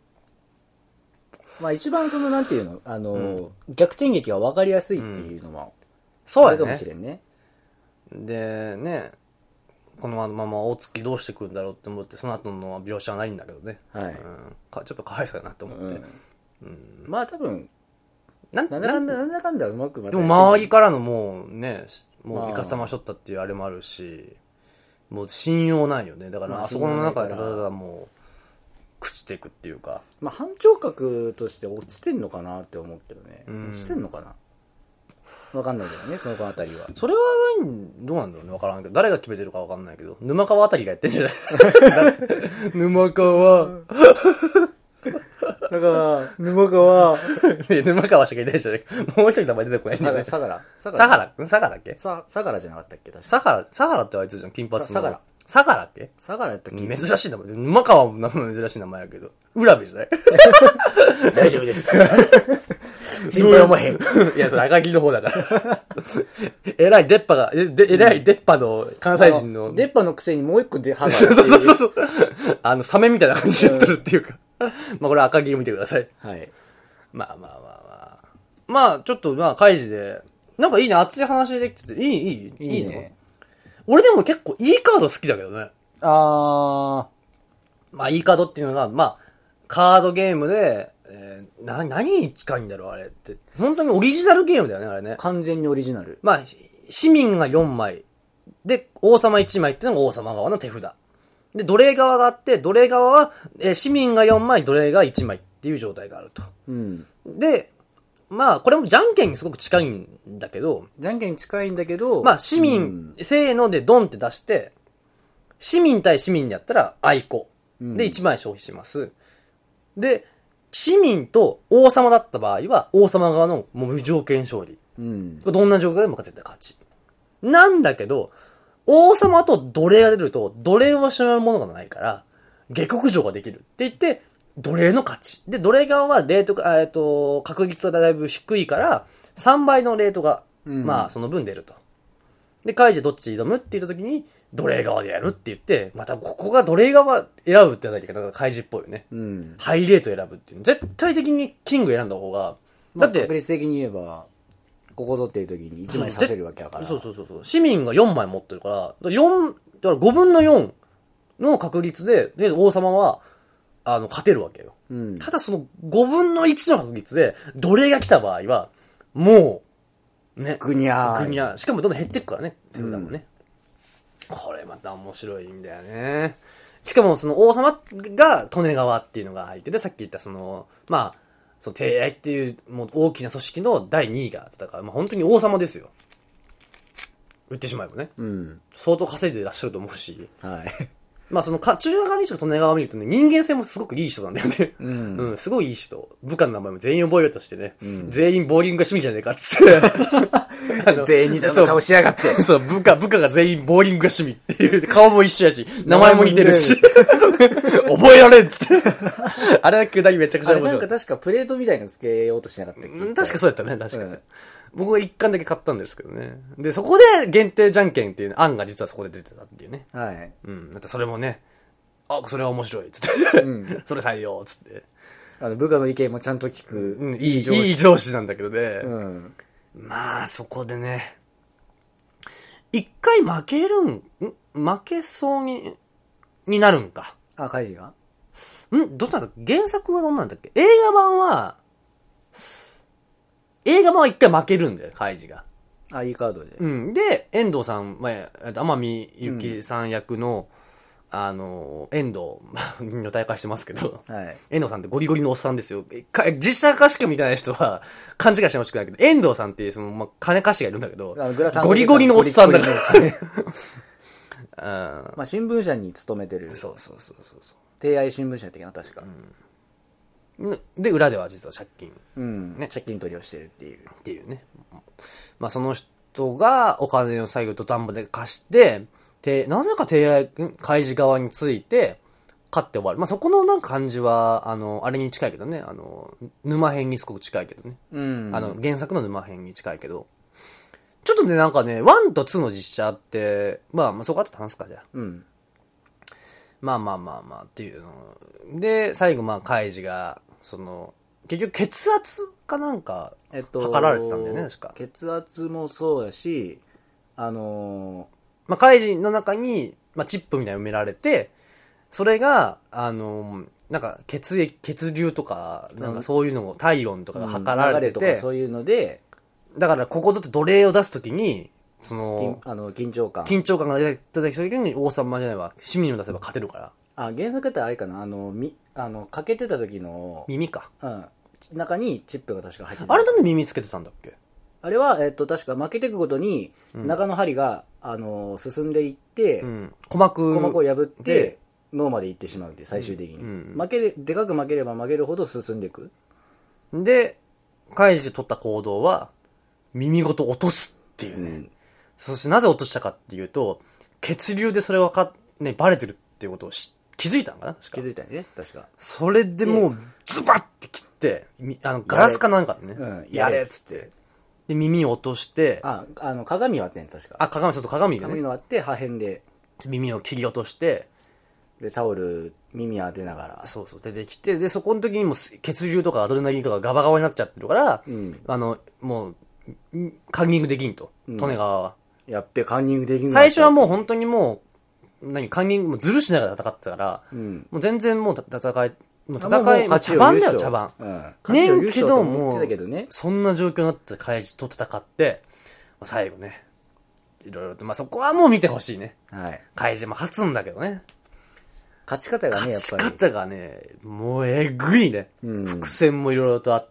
まあ一番なんていうの、逆転劇が分かりやすいっていうのも、 そうだね。 あるかもしれんね。 で、ね、このまま大月どうしてくるんだろうって思って、その後の描写はないんだけどね。 はい。 ちょっとかわいそうだなと思って。 まあ多分、なんだかんだうまくでも周りからのもうね、もうイカサマしょったっていうあれもあるし、もう信用ないよね。だからあそこの中でただもう、朽ちていくっていうか。 まあ班長格として落ちてんのかなって思うけどね。落ちてんのかなわかんないけどね、その子あたりは。 それはどうなんだろうね、わからんけど。誰が決めてるかわかんないけど。沼川あたりがやってんじゃない沼川。だから、沼川しかいないじゃない。もう一人名前出てこないんだよね。 相良っけ相良じゃなかったっけ相良ってあいつじゃん、金髪の。相良っけ相良やったっけ珍しい名前。沼川も珍しい名前やけど。浦部じゃない大丈夫です。心配おまへん。 いや、それ赤木の方だから。えらい出っ歯の関西人の。 出っ歯のくせにもう一個歯が。 そう。サメみたいな感じでやってるっていうか。まあこれ赤木を見てください。 はい。 まあ、ちょっとカイジで、なんかいいね、熱い話できてて、いいね。俺でも結構いいカード好きだけどね。まあいいカードっていうのが、まあ、カードゲームで、何に近いんだろうあれって。本当にオリジナルゲームだよね、あれね。 完全にオリジナル。 まあ、市民が4枚。で、王様1枚っていうのが王様側の手札。で、奴隷側があって、奴隷側は、市民が4枚、奴隷が1枚っていう状態があると。で、まあ、これもじゃんけんにすごく近いんだけど、 まあ、市民、せーのでドンって出して、市民対市民やったら、あいこ。で、1枚消費します。で、市民と王様だった場合は、王様側のもう無条件勝利。どんな状況でも勝てた勝ち。なんだけど、王様と奴隷が出ると、奴隷を失うものがないから、下克上ができるって言って、奴隷の勝ち。で、奴隷側はレートが、確率がだいぶ低いから、3倍のレートが、まあ、その分出ると。で、カイジどっち挑むって言った時に、奴隷側でやるって言って、またここが奴隷側選ぶって何か、なんかカイジっぽいよね。ハイレート選ぶっていう。絶対的にキング選んだ方が、 だって、確率的に言えば、ここぞっていう時に1枚させるわけだから。 そう。市民が4枚持ってるから、だから5分の4の確率で、王様は、勝てるわけよ。ただその5分の1の確率で、奴隷が来た場合は、もう、ね。 ぐにゃー。 しかもどんどん減っていくからね。手札もね。これまた面白いんだよね。しかもその王様が利根川っていうのが入ってて、さっき言ったまあ、その帝愛っていうもう大きな組織の第2位が戦う。まあ本当に王様ですよ。言ってしまえばね。相当稼いでいらっしゃると思うし。 はい。 まあその中華管理職と利根川を見るとね、人間性もすごくいい人なんだよね。すごいいい人。部下の名前も全員覚えようとしてね。全員ボーリングが趣味じゃねえかっつって。 全員似た顔しやがって。 そう、部下が全員ボーリングが趣味っていう。顔も一緒やし、名前も似てるし。覚えられんっつって。あれだけだけめちゃくちゃ面白い。 なんか確かプレートみたいなのつけようとしなかったっけ？ 確かそうやったね、確かに。僕は一巻だけ買ったんですけどね。で、そこで限定じゃんけんっていう案が実はそこで出てたっていうね。 はい。 だってそれもね、それは面白いっつって。それ採用っつって。 部下の意見もちゃんと聞く。 いい上司なんだけどね。まあ、そこでね、一回負けそうになるんか。 カイジがどんなんだっけ？原作はどんなんだっけ？映画版は一回負けるんだよ、カイジが。 いいカードで。 で、遠藤さん、天海祐希さん役の、遠藤、女体化してますけど、遠藤さんってゴリゴリのおっさんですよ。実写化しか見てない人は勘違いしてほしくないけど、遠藤さんっていう金貸しがいるんだけど、ゴリゴリのおっさんだから。 まあ新聞社に勤めてる。 そう。 帝愛新聞社的な、確か。 で、裏では実は借金。 ね。借金取りをしてるっていう。 ね。まあその人がお金を最後土壇場で貸して、なぜか帝愛開示側について、勝って終わる。まあそこのなんか感じは、あれに近いけどね。沼編にすごく近いけどね。原作の沼編に近いけど。ちょっとね、なんかね、1と2の実写って、まあそこあって話すか、じゃあ。まあっていうの。で、最後まあカイジが、結局血圧かなんか、測られてたんだよね、確か。 血圧もそうだし、 まあカイジの中に、まあチップみたいに埋められて、それが、なんか血流とか、なんかそういうのを、体温とかが測られてて、 流れとかそういうので、 だからここぞって奴隷を出すときに、 緊張感が出てきたときに王様じゃないわ、市民を出せば勝てるから。 原作ってあれかな、かけてた時の、 耳か。 中にチップが確か入ってた。 あれなんで耳つけてたんだっけ？ あれは、確か負けていくごとに、中の針が、進んでいって、 鼓膜を破って、脳まで行ってしまうって、最終的に。でかく負ければ負けるほど進んでいく。 で、カイジで取った行動は、耳ごと落とすっていうね。そしてなぜ落としたかっていうと、血流でそれがバレてるっていうことを気づいたのかな、確か。 気づいたね、確か。 それでもう、ズバッて切って、ガラスかなんかでね、やれっつって。で、耳を落として、 鏡割ってん、確か。 鏡でね。 鏡割って、破片で。 耳を切り落として、 で、タオル、耳当てながら。 そう、出てきて、で、そこの時にも血流とかアドレナリンとかガバガバになっちゃってるから、もう、カンニングできんと、利根川は。 やっべ、カンニングできん。 最初はもう本当にもう、カンニングもずるしながら戦ってたから、もう全然もう戦い、茶番だよ、茶番。ねんけど、もう、そんな状況になってカイジと戦って、最後ね、いろいろと、まあそこはもう見てほしいね。カイジも勝つんだけどね。 勝ち方がね、やっぱり。 勝ち方がね、もうえぐいね。伏線もいろいろとあって。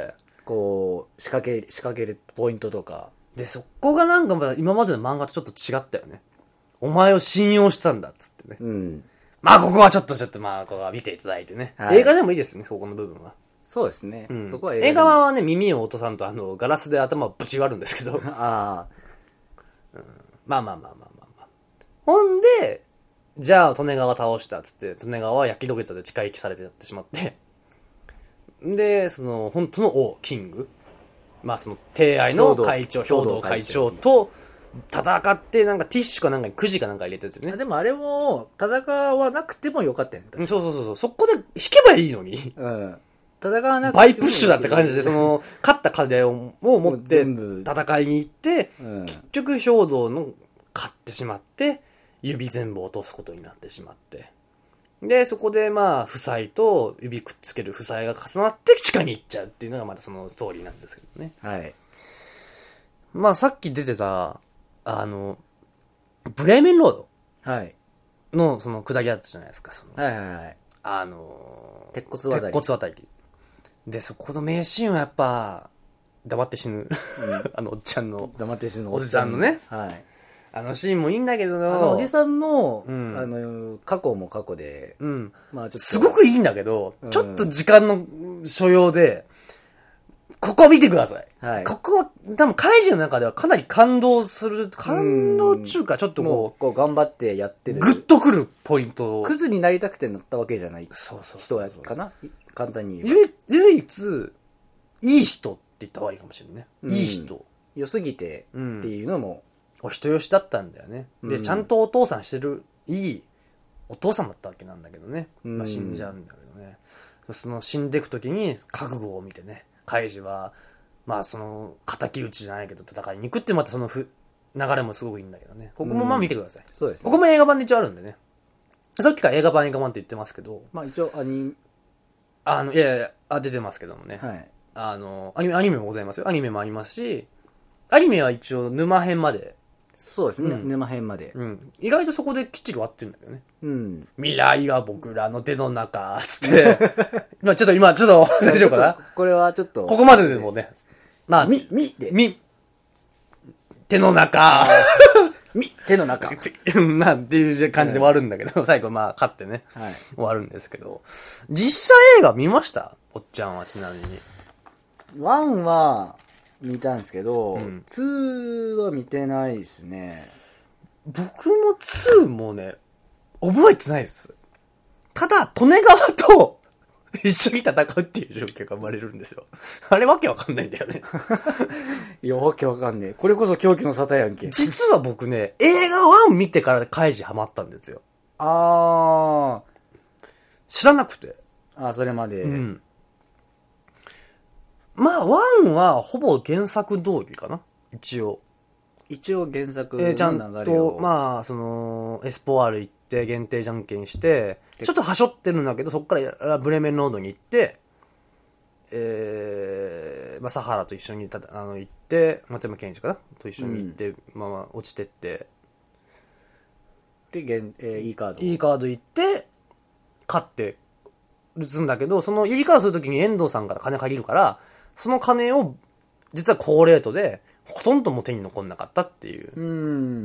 こう、仕掛けるポイントとか。 で、そこがなんか今までの漫画とちょっと違ったよね。お前を信用したんだっつってね。まあここはちょっとまあここは見ていただいてね。映画でもいいですね、そこの部分は。 そうですね。 そこは映画はね、耳を落とさんとガラスで頭をぶち割るんですけど。まあ。ほんで、じゃあ、利根川倒したっつって、利根川は焼き土下座で地下遺棄されてやってしまって。で、本当の王、キング。まあ、帝愛の会長、兵道会長と戦って、なんかティッシュかなんかにくじかなんか入れててね。 でもあれも、戦わなくてもよかったよね。 そう。そこで引けばいいのに。 戦わなくても。 バイプッシュだって感じで、勝った金を持って、戦いに行って、結局兵道の勝ってしまって、指全部落とすことになってしまって。で、そこでまあ、負債と指くっつける負債が重なって地下に行っちゃうっていうのがまたそのストーリーなんですけどね。まあ、さっき出てた、ブレーメンロードのその下りあったじゃないですか。 鉄骨渡り。で、そこの名シーンはやっぱ、黙って死ぬ。おっちゃんの。 黙って死ぬおじさんのね。シーンもいいんだけど、 おじさんの、過去も過去で、 まあちょっとすごくいいんだけど、ちょっと時間の所要で、ここを見てください。ここは、多分、カイジの中ではかなり感動中か、ちょっとこう頑張ってやってる。 グッとくるポイント。 クズになりたくて乗ったわけじゃない。 人かな簡単に言えば。 唯一、いい人って言った方がいいかもしれないね。いい人。 良すぎてっていうのも、 お人よしだったんだよね。で、ちゃんとお父さんしてる、いいお父さんだったわけなんだけどね。まあ死んじゃうんだけどね。死んでいくときに覚悟を見てね、カイジは、まあ敵討ちじゃないけど戦いに行くってまた流れもすごくいいんだけどね。ここもまあ見てください。 そうですね。 ここも映画版で一応あるんでね。さっきから映画版って言ってますけど。 まあ一応いや、出てますけどもね。アニメもございますよ。アニメもありますし、アニメは一応沼編まで。 そうですね、沼編まで。 意外とそこできっちり終わってるんだけどね。未来は僕らの手の中、つって。今ちょっと大丈夫かなこれはちょっと。 ここまででもね。まあ、手の中。 手の中。 まあ、っていう感じで終わるんだけど、最後まあ、勝ってね、 はい、 終わるんですけど、実写映画見ました？おっちゃんはちなみに。 1は見たんですけど、2は見てないですね。 僕も2もね、覚えてないです。ただ、利根川と一緒に戦うっていう状況が生まれるんですよ。あれわけわかんないんだよね。 いや、わけわかんねえ。これこそ狂気の沙汰やんけ。 実は僕ね、映画1見てからカイジハマったんですよ。知らなくて。 それまで。うん。 まあ、1はほぼ原作通りかな。一応原作の流れを。 ちゃんと、まあ、その、エスポワール行って、限定じゃんけんして、ちょっとはしょってるんだけど、そこからブレメンロードに行って、まあ、サハラと一緒に行って、松山ケンイチかなと一緒に行って、まあ、落ちてって、 で、E カード。 E カード行って、勝って打つんだけど、その E カードするときに遠藤さんから金借りるから、その金を、実は高レートで、ほとんども手に残んなかったっていう。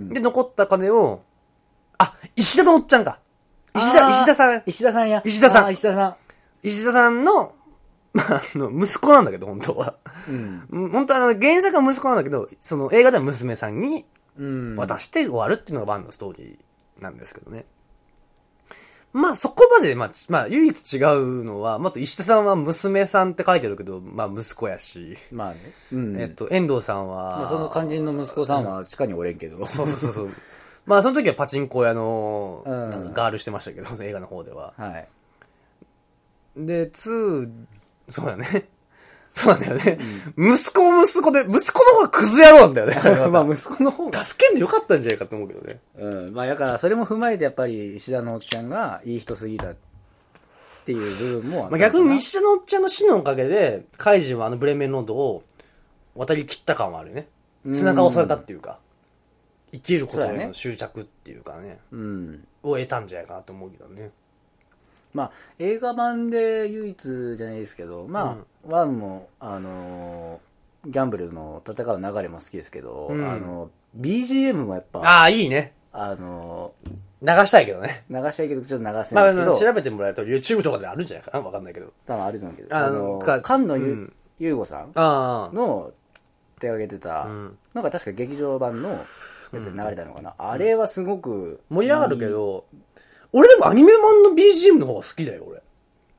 で、残った金を、石田のおっちゃんか。石田さん。 石田さんや。 石田さん。 石田さんの、まあ、息子なんだけど、本当は。本当は原作は息子なんだけど、その映画では娘さんに渡して終わるっていうのがバンのストーリーなんですけどね。まあそこまで、まあ唯一違うのは、まず石田さんは娘さんって書いてるけど、まあ息子やし。 まあね。 遠藤さんは。 まあその肝心の息子さんは地下におれんけど。 そう。まあその時はパチンコ屋の、なんかガールしてましたけど、映画の方では。 はい。 で、2、そうだね。そうなんだよね。息子の方がクズ野郎なんだよね。 まあ息子の方が。助けんでよかったんじゃないかと思うけどね。 まあだからそれも踏まえてやっぱり石田のおっちゃんがいい人すぎたっていう部分もあった。 逆に石田のおっちゃんの死のおかげで、カイジはブレメンロードを渡り切った感はあるよね。背中を押されたっていうか、生きることへの執着っていうかね、を得たんじゃないかなと思うけどね。 まあ、映画版で唯一じゃないですけど、まあ、1も、ギャンブルの戦う流れも好きですけど、BGM もやっぱ。 いいね。 流したいけどね。 流したいけど、ちょっと流せないですけど。 まあ、調べてもらえると YouTube とかであるんじゃないかなわかんないけど。 多分あると思うけど。菅野優吾さんの手がけてた、なんか確か劇場版のやつで流れたのかな。あれはすごく盛り上がるけど、俺でもアニメ版の BGM の方が好きだよ、俺。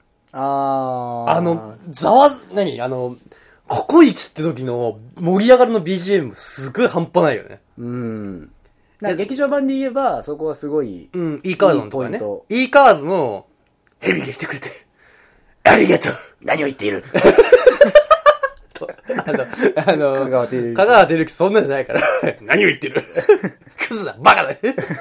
ココイチって時の盛り上がりの BGM すごい半端ないよね。 劇場版で言えば、そこはすごい、 E カードのとかね。E カードの、ヘビが言ってくれて、ありがとう。 何を言っている香川照之そんなんじゃないから、何を言ってるクズだ、バカだ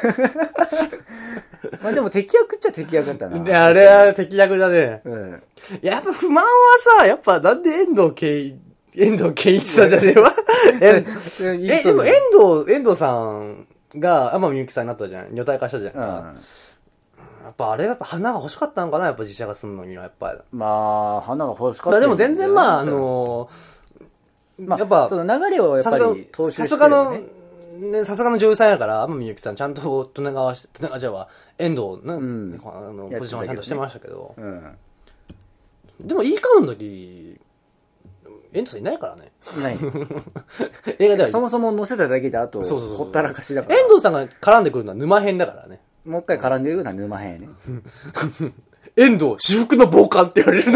まあでも敵役っちゃ敵役だったな。 あれは敵役だね。やっぱ不満はさ、やっぱなんで遠藤健一さんじゃねえわ。でも遠藤さんが天海祐希さんになったじゃん。女体化したじゃん。やっぱあれは花が欲しかったのかな、やっぱ実写化するのにはやっぱり。 まあ花が欲しかった。 でも全然やっぱその流れをやっぱり踏襲してる、ね。 さすがの女優さんやから、天海祐希さんちゃんと遠藤は遠藤の、ポジションはちゃんとしてましたけど。でもいいカードの時、遠藤さんいないからね。 ない。 映画ではそもそも乗せただけであと、ほったらかしだから。 遠藤さんが絡んでくるのは沼編だからね。 もう一回絡んでくるのは沼編ね。 遠藤、私服の暴漢って言われるの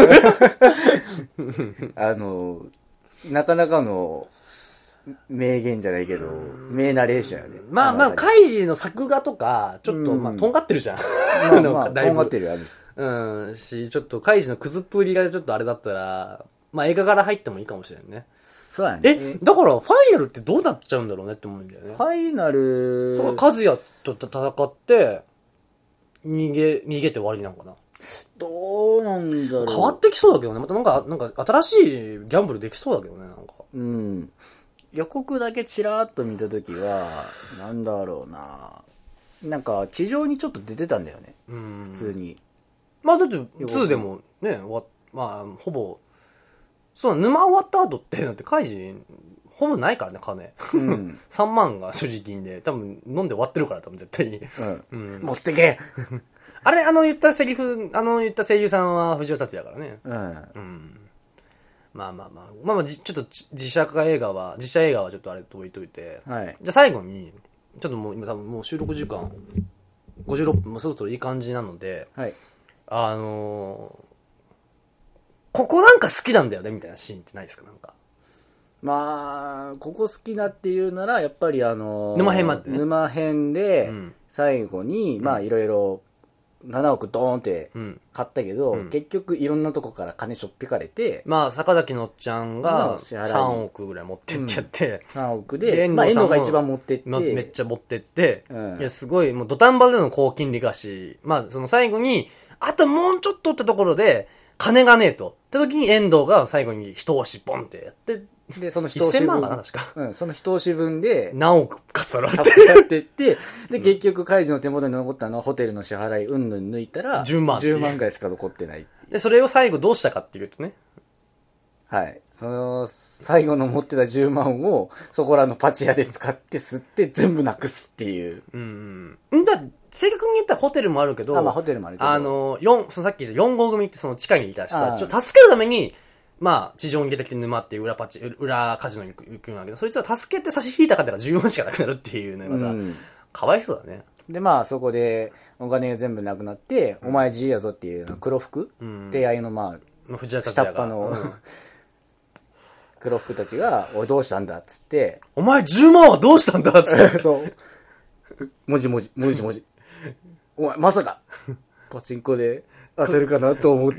よ。なかなかの、名言じゃないけど、名ナレーションやね。 まあ、カイジの作画とか、ちょっと、とんがってるじゃん。 とんがってるよ、 ちょっとカイジのクズっぷりがちょっとあれだったら、まあ映画から入ってもいいかもしれんね。 そうやね。 だからファイナルってどうなっちゃうんだろうねって思うんだよね。 ファイナル、 和也と戦って、逃げて終わりなのかな。 どうなんだろう。 変わってきそうだけどね。またなんか新しいギャンブルできそうだけどね、なんか。 予告だけチラーっと見たときは、なんだろうな。なんか、地上にちょっと出てたんだよね。普通に。 まあだって、2でもね、まあ、ほぼ、沼終わった後って、だってカイジ、 ほぼないからね、金。3万が所持金で、多分飲んで終わってるから、多分絶対に。 持ってけあれ、言ったセリフ、言った声優さんは藤尾達也からね。まあ、ちょっと実写映画はちょっとあれと置いといて。じゃあ最後に、ちょっともう今多分もう収録時間、56分、もうそろそろいい感じなので、ここなんか好きなんだよねみたいなシーンってないですか？なんかまあここ好きなっていうならやっぱり沼編までね、 沼編で最後にまあいろいろ7億ドーンって買ったけど、結局いろんなとこから金しょっぴかれて、 まあ坂崎のっちゃんが3億ぐらい持ってっちゃって、 3億で遠藤が一番持ってって、 めっちゃ持ってって、いやすごいもう土壇場での高金利貸し、まあその最後にあともうちょっとってところで金がねえとって時に遠藤が最後に一押しポンってやって、 でその一押し分 1000万かな確か、 その一押し分で何億かさらってやってってで結局カイジの手元に残ったのはホテルの支払いうんぬん抜いたら 10万ぐらいしか残ってないでそれを最後どうしたかっていうとね、 はいその最後の持ってた10万をそこらのパチ屋で使って吸って全部なくすっていうだ正確に言ったらホテルもあるけど、 まあホテルもあるけどそのさっき言った4号組ってその地下にいた人たちを助けるためにまあ、地上に出てきて沼っていう裏カジノに行くんだけど、そいつを助けて差し引いた方が10万しかなくなるっていうね、また、かわいそうだね。 で、まあ、そこで、お金が全部なくなって、お前自由やぞっていう黒服提愛の、まあ、下っ端の、黒服たちが、おい、どうしたんだっつって、 お前10万はどうしたんだっつって。 そう。もじ。お前、まさか、パチンコで当てるかなと思って、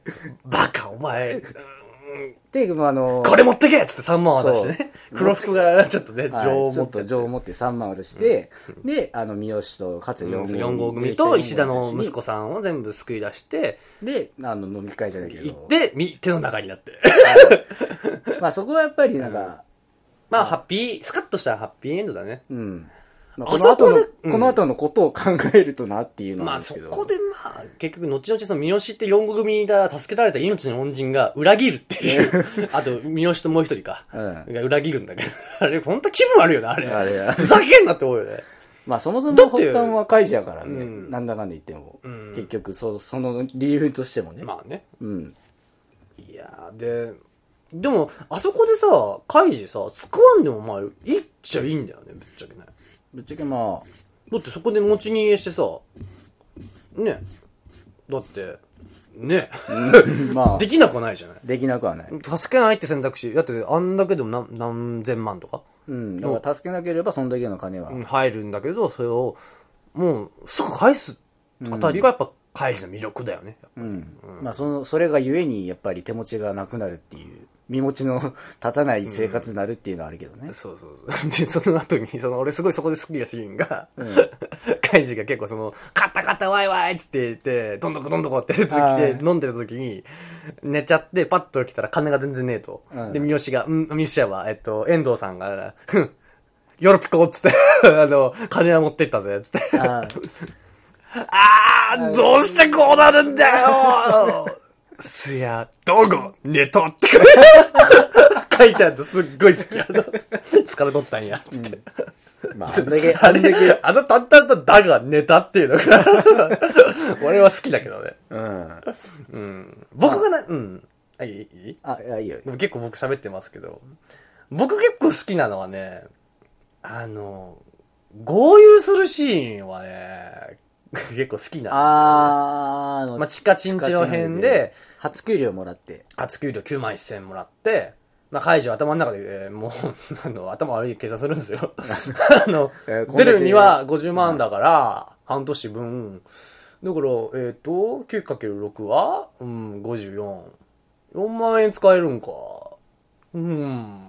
バカ、お前。 で、 これ持ってけっつって3万渡してね。黒服がちょっとね、情を持って。 情を持って3万渡して、で、三好と勝4 号組と石田の息子さんを全部救い出して、 で、飲み会じゃないけど。 行って、手の中になって。 まあそこはやっぱりなんか、 まあスカッとしたハッピーエンドだね。 この後のことを考えるとなっていうのなんですけど。 まあそこでまあ、結局後々その三好って4号組が助けられた命の恩人が裏切るっていう。あと、三好ともう一人か。が裏切るんだけど。あれ、ほんと気分悪いよな、あれ。ふざけんなって思うよね。まあそもそも発端はカイジやからね。なんだかんだ言っても。結局、その理由としてもね。 まあね。いやでも、あそこでさ、カイジさ、使わんでもまあ、いっちゃいいんだよね、ぶっちゃけね。 ぶっちゃけまあだってそこで持ち逃げしてさねだってねまあできなくはないじゃない。 できなくはない。 助けないって選択肢だってあんだけでも何千万とかだから助けなければそんだけの金は入るんだけど、それをもうすぐ返すあたりがやっぱカイジの魅力だよね。 まあそれがゆえにやっぱり手持ちがなくなるっていう身持ちの立たない生活になるっていうのはあるけどね。 そう。で、その後に、俺すごいそこで好きなシーンが、カイジが結構カッタワイワイっつって言って、どんどこって続きで飲んでる時に、寝ちゃってパッと起きたら金が全然ねえと。で、三好やわ、遠藤さんが、ヨロピコっつって、金は持ってったぜ、つって。どうしてこうなるんだよどご寝とって書いてあるとすっごい好き。疲れとったんや、つって。まあ、淡々とだが寝たっていうのが、俺は好きだけどね。僕がいい？ いいよ。 結構僕喋ってますけど、僕結構好きなのはね、合流するシーンはね、結構好きなの。まあ、地下チンチの辺で、 初給料もらって。 初給料9万1000もらって、まあ、カイジは頭の中で、もう、頭悪い計算するんですよ。出るには50万だから、半年分。だから、9×6 は54。4万円使えるんか。4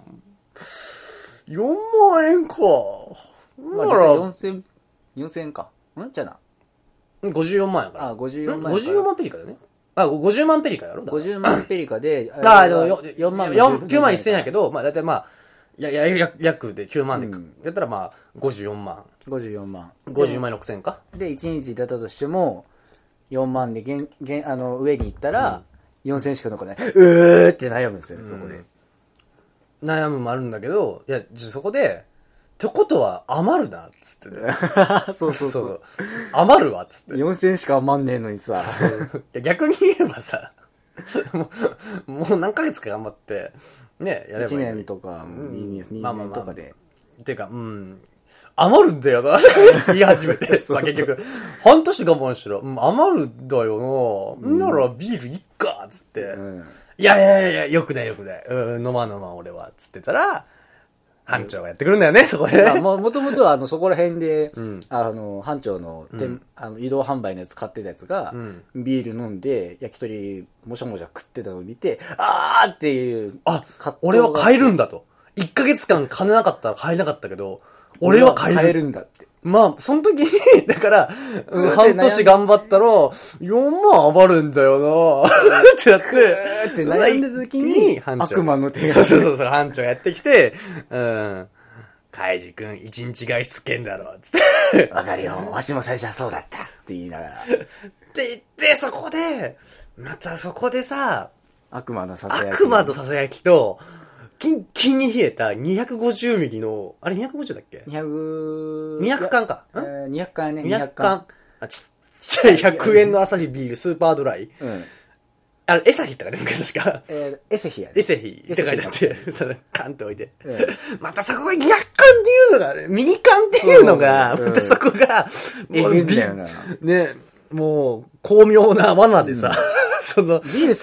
万円か。 まあ、実際4000円か。じゃな。 54万円から。 54万円。 54万ペリカだよね。50万ペリカやろ 50万ペリカで、 4万9万1000やけど、まあだいたいまあ、約で9万で、やったらまあ、54万。 54万。 50万6000か。 で、1日だったとしても、4万で上に行ったら、4000しか残らない。って悩むんですよね、そこで。 悩むもあるんだけど、いや、そこで、ってことは余るな、っつってね。 そうそうそう。 余るわ、っつって。 4000しか余んねえのにさ。 いや逆に言えばさ、もう何ヶ月か頑張って、ね、やればいい。 1年とか、2年とかで。 っていうか、余るんだよな、言い始めて。まあ結局、半年我慢しろ。余るんだよな。ならビールいっか、つって。いや、よくない。飲まん俺は、つってたら、班長がやってくるんだよね、そこで。 もともとは、そこら辺で、班長の移動販売のやつ買ってたやつが、ビール飲んで、焼き鳥、もしゃもしゃ食ってたのを見て、あーっていう。 俺は買えるんだと。1ヶ月間金なかったら買えなかったけど、俺は買えるんだって。まあ、その時に、だから、半年頑張ったら、4万余るんだよなってやって、 って悩んだ時に、悪魔の手が。 そう、班長やってきて、カイジ君、1日外出券だろ、つって。 わかるよ、わしも最初はそうだったって言いながら。 って言って、そこで、またそこでさ、 悪魔のささやき。 悪魔とささやきと、キンキンに冷えた250ミリの、あれ250だっけ ?200 缶か。 200缶ね。 200缶。ちっちゃい100円のアサヒビールスーパードライ。あれ、エサヒって書いてあるけど、確か。 エセヒやね。 エセヒって書いてあって、カンって置いて。またそこが200缶っていうのが、ミニ缶っていうのが、またそこが、 もうビールね、もう、巧妙な罠でさ、ビール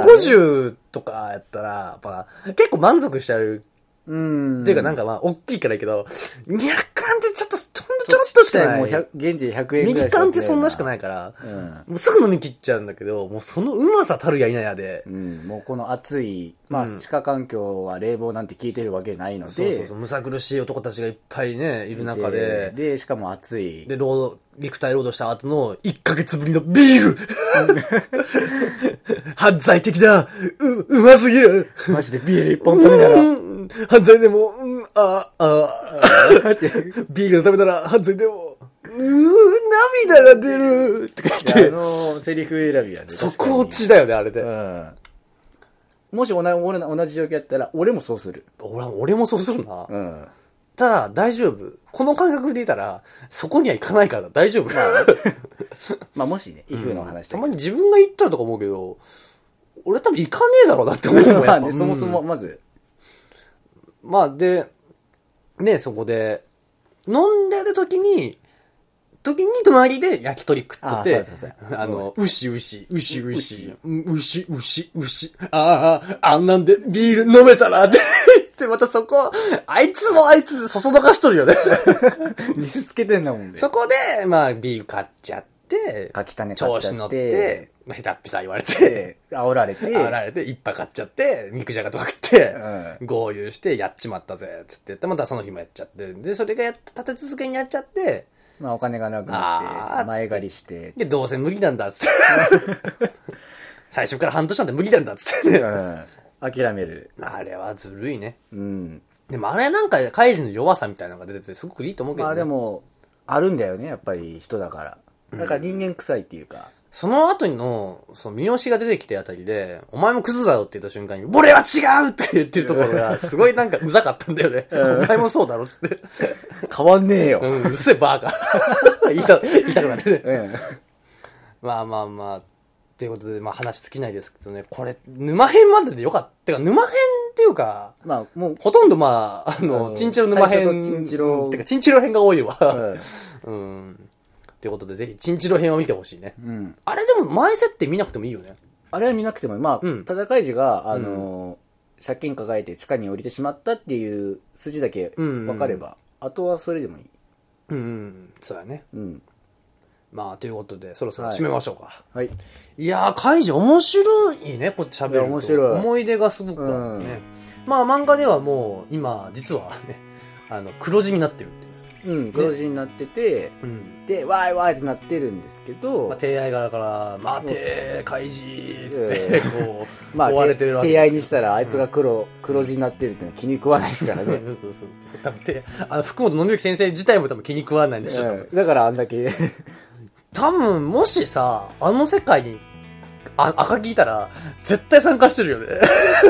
350とかやったら、やっぱ、結構満足しちゃう。っていうかなんかまあ、大きいからいいけど、200缶ってちょっと、ほんとちょろっとしかない。 もう現地100円ぐらい。 ミニ缶ってそんなしかないから、もうすぐ飲み切っちゃうんだけど、もうそのうまさたるや否やで。 もうこの暑い、まあ、地下環境は冷房なんて効いてるわけないので、 そう、むさ苦しい男たちがいっぱいね、いる中で、 で、しかも暑い。 で、肉体労働した後の1ヶ月ぶりのビール犯罪的だうますぎるマジでビール1本食べたら犯罪でも、ビールを食べたら犯罪でも、涙が出るって言って。 セリフ選びやね。 そこ落ちだよね、あれで。 もし同じ状況やったら、俺もそうする。 俺もそうするな。ただ、大丈夫。この感覚でいたら、そこには行かないから大丈夫。 まあもしね、イフの話たまに自分が行ったらとか思うけど、俺多分行かねえだろうなって思うもん、やっぱ。 そもそも、まず。 まあ、で、ね、そこで、飲んでる時に隣で焼き鳥食ってて、牛、あんなんでビール飲めたらって言って、またそこ、あいつ、そそのかしとるよね。 見せつけてんだもんね。 そこで、まあ、ビール買っちゃって、調子乗って、下手っぴさ言われて、 煽られて、 いっぱい買っちゃって、肉じゃがとか食って、合流してやっちまったぜ、つって言って、またその日もやっちゃって、で、それが立て続けにやっちゃって、 まあお金がなくなって、前借りして。 で、どうせ無理なんだ、つって。最初から半年なんて無理なんだ、つってね。 諦める。 あれはずるいね。でもあれなんか、カイジの弱さみたいなのが出てて、すごくいいと思うけどね。 まあでも、あるんだよね、やっぱり人だから。だから人間臭いっていうか。 その後の、三好が出てきてあたりで、お前もクズだろって言った瞬間に、俺は違うって言ってるところが、すごいなんかうざかったんだよね。お前もそうだろっつって。 変わんねえよ。 うるせえバーカ。言いたくなるね。まあ、ということで、まあ話尽きないですけどね、これ、沼編まででよかった。てか、沼編っていうか、 まあもう、 ほとんどまあ、チンチロ沼編。 チンチロ。 てか、チンチロ編が多いわ。ということで、ぜひ、チンチロ編を見てほしいね。あれでも、前設定見なくてもいいよね。 あれは見なくてもいい。まあ、戦い時が、借金抱えて地下に降りてしまったっていう筋だけ分かれば、あとはそれでもいい。 そうだね。まあ、ということで、そろそろ締めましょうか。 はい。 いやー、カイジ面白いね、こうやって喋ると。 面白い。 思い出がすごくあってね。まあ、漫画ではもう、今、実はね、黒字になってるっていう。 黒字になってて、で、わーいわーいってなってるんですけど、 まあ、提愛側から、待てー、カイジーつって、こう、まあ、追われてるわけ提愛にしたら、あいつが黒字になってるってのは気に食わないですからね。 多分福本信之先生自体も多分気に食わないんでしょ。 だからあんだけ。 多分、もしさ、あの世界に、赤木いたら、絶対参加してるよね。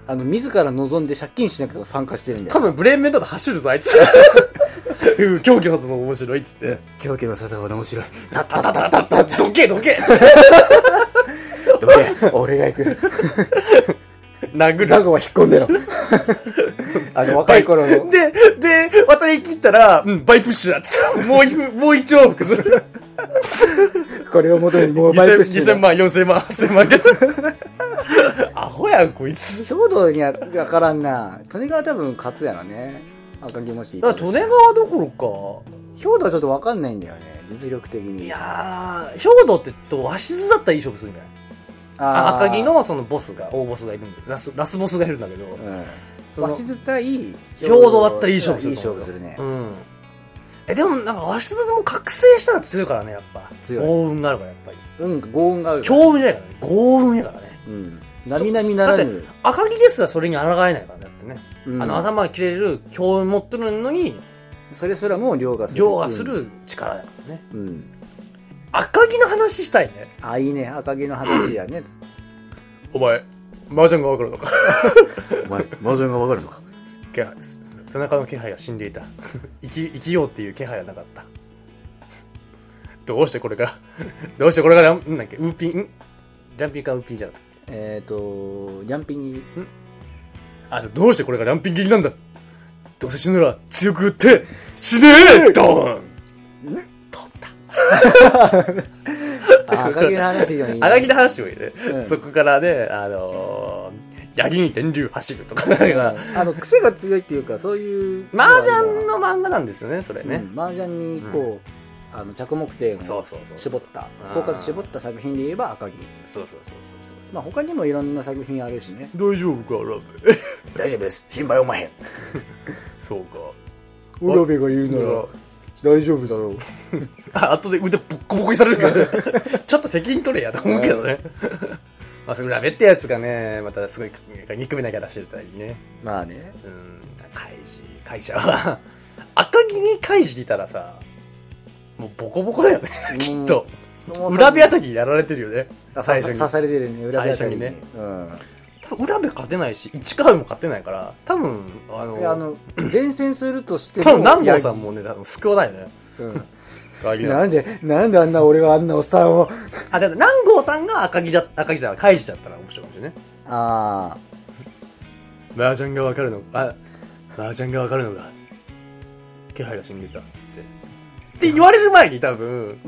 自ら望んで借金しなくても参加してるんだよ。 多分ブレーンメンだと走るぞ、あいつ。狂気の里の面白いっつって。 狂気の里の面白い。 たったたったたった、どけどけどけ、俺が行く。 殴る。 ザゴは引っ込んでろ。若い頃の。 で、渡り切ったら、バイプッシュだっつって。もう一往復する。 これを元にもうバイプッシュ。 2000万、4000万、8000万って。アホやん、こいつ。 兵道には分からんな。利根川多分勝つやろね。赤城もし。 利根川どころか。 兵道はちょっと分かんないんだよね。実力的に。 いやー、兵道って鷲津だったらいい勝負するんじゃない？赤城のそのボスが、大ボスがいるんで、ラスボスがいるんだけど。 鷲津対兵道だったらいい勝負する。 いい勝負するね。 でもなんか鷲津も覚醒したら強いからね、やっぱ。 強い。 豪運があるから、やっぱり。 豪運がある。 強運じゃないからね。豪運やからね。 並々ならぬ。 だって赤城ですらそれに抗えないからね、だってね。頭が切れる強運持ってるのに、 それすらも凌駕する力だからね。赤城の話したいね。 いいね、赤城の話やね。 お前、麻雀がわかるのか。 お前、麻雀がわかるのか。 背中の気配が死んでいた。生きようっていう気配はなかった。どうしてこれからなんだっけ、ウーピン、ジャンピンかウーピンじゃなかった。 ジャンピン切り。 どうしてこれがランピン切りなんだ。どうせ死ぬなら強く打って死ねードーン。取った赤城の話より赤城の話もいいね、そこからね槍に電流走るとか癖が強いっていうか、そういう麻雀の漫画なんですよね、それね。 麻雀にこう着目点を絞ったフォーカス絞った作品で言えば赤城。 そうまあ他にもいろんな作品あるしね。 大丈夫かラベ。 大丈夫です、心配おまへん。 そうか、 ラベが言うなら大丈夫だろう。 後で腕ボッコボコにされるからちょっと責任取れやと思うけどね。まあそれラベってやつがね、またすごい憎めなきゃ出してたりね。 まあね、 カイジは赤城にカイジいたらさ、もうボコボコだよねきっと。裏部あたりやられてるよね、最初に。 刺されてるね、裏部あたりにね。 多分裏部勝てないし、市川も勝てないから、多分前線するとしても多分南郷さんもね、多分救わないよね。 なんであんな俺があんなおっさんを。 だって南郷さんが赤城じゃないカイジだったら面白いかもしれないね。麻雀がわかるのが気配が死んでたっつって言われる前に多分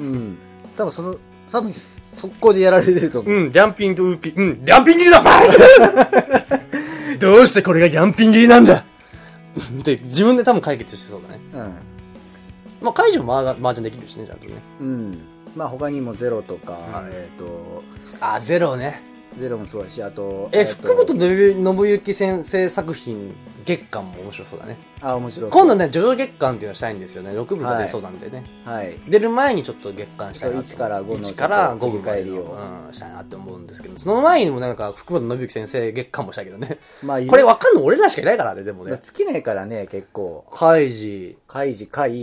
速攻でやられてると思う。 リャンピンとウーピン、リャンピン切りだバーどうしてこれがリャンピン切りなんだって自分で多分解決してそうだね。まあ解除も麻雀できるしね、ちゃんとね。 まあ他にもゼロとか、 ゼロね。 ゼロもそうだし、あと福本信之先生作品月刊も面白そうだね。 面白い。 今度ね、ジョジョ月刊っていうのしたいんですよね。6部が出そうなんでね。出る前にちょっと月刊したいなと。 1から5の 1から5部帰りをしたいなって思うんですけど、その前にもなんか福本信之先生月刊もしたけどね。これ分かんの俺らしかいないからね、でもね。 尽きないからね、結構。 カイジ、 赤城、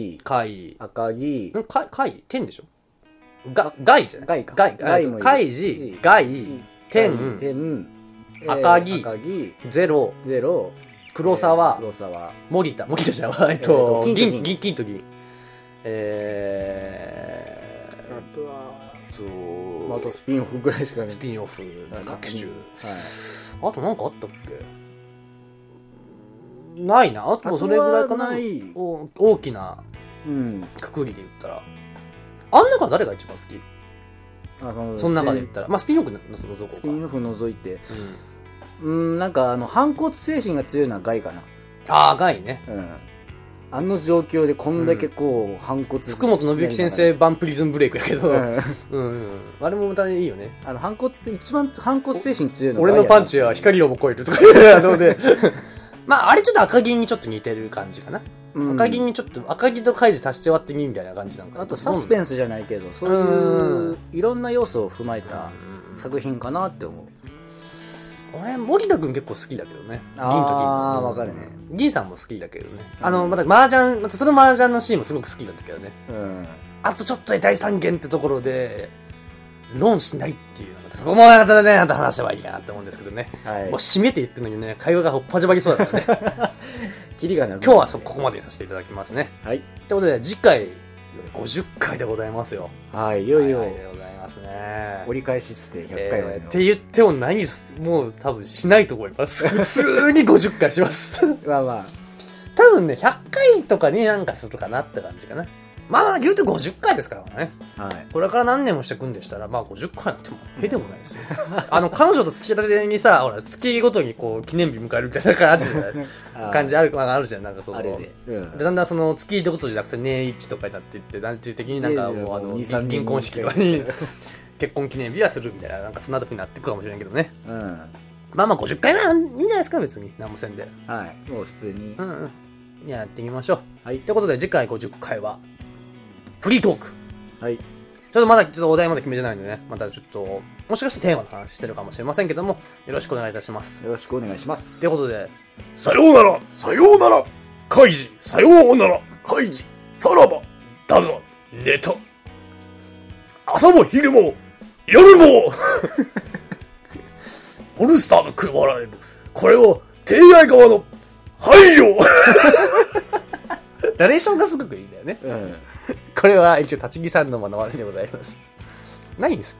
カイ、天でしょ？ガイじゃない？ガイもいる。カイジ、ガイ、天、赤城、ゼロ、黒沢、森田じゃん、金と銀。あとは、あとスピンオフぐらいしかね。 スピンオフ、各種。あとなんかあったっけ？ないな。あとそれぐらいかな。大きなくくりで言ったら。あん中誰が一番好き？その中で言ったら、まあスピンオフ除こうか。 スピンオフ除いて、なんか反骨精神が強いのはガイかな。 ガイね。 あの状況でこんだけこう反骨。 福本信之先生版プリズンブレイクやけど、あれもまたいいよね。 一番反骨精神強いの俺のパンチは光をも超えるとかいうので、まああれちょっと赤城にちょっと似てる感じかな。赤城にちょっと赤城とカイジ足して割って2みたいな感じなんかな。 あとサスペンスじゃないけど、そういういろんな要素を踏まえた作品かなって思う。 俺森田君結構好きだけどね。銀と銀。 わかるね。 銀さんも好きだけどね。また麻雀、その麻雀のシーンもすごく好きなんだけどね。あとちょっとで第3弦ってところで論しないっていうのが、そこもまたね、話せばいいかなと思うんですけどね。 はい。 もう締めて言ってるのにね、会話がほっぱじばりそうだからね。 キリがなく。 今日はここまでさせていただきますね。 はい。 ということで、次回、50回でございますよ。 はい、いよいよ。 でございますね。 折り返しして100回までの。 って言っても何もう多分しないと思います。普通に50回します。 まあまあ。 多分ね、100回とかになんかするかなって感じかな。まあ言うと50回ですからね。はい。これから何年もしていくんでしたら、まあ50回なんてもへでもないですよ。彼女と付き合ったてにさ、ほら、月ごとにこう、記念日迎えるみたいな感じあるじゃん、なんかその。あれで。で、だんだんその、月ごとじゃなくて年一とかになっていって、団中的になんかもう銀婚式とかに、結婚記念日はするみたいな、なんかそんな時になっていくかもしれないけどね。うん。まあ50回はいいんじゃないですか、別に。何もせんで。 はい。もう普通に。 うんうん。やってみましょう。はい。ということで、次回50回は、フリートーク。はい。ちょっとまだお題まで決めてないんでね、またちょっと、もしかしてテーマの話してるかもしれませんけども、よろしくお願いいたします。 よろしくお願いします。 ということで、 さようなら、さようなら、カイジ、さようなら、カイジ、さらば、だが、寝た。朝も昼も、夜も、ホルスターの配られる。これを、提愛側の、配慮ナレーションがすごくいいんだよね。うん。これは一応立木さんのモノマネでございます。何好き？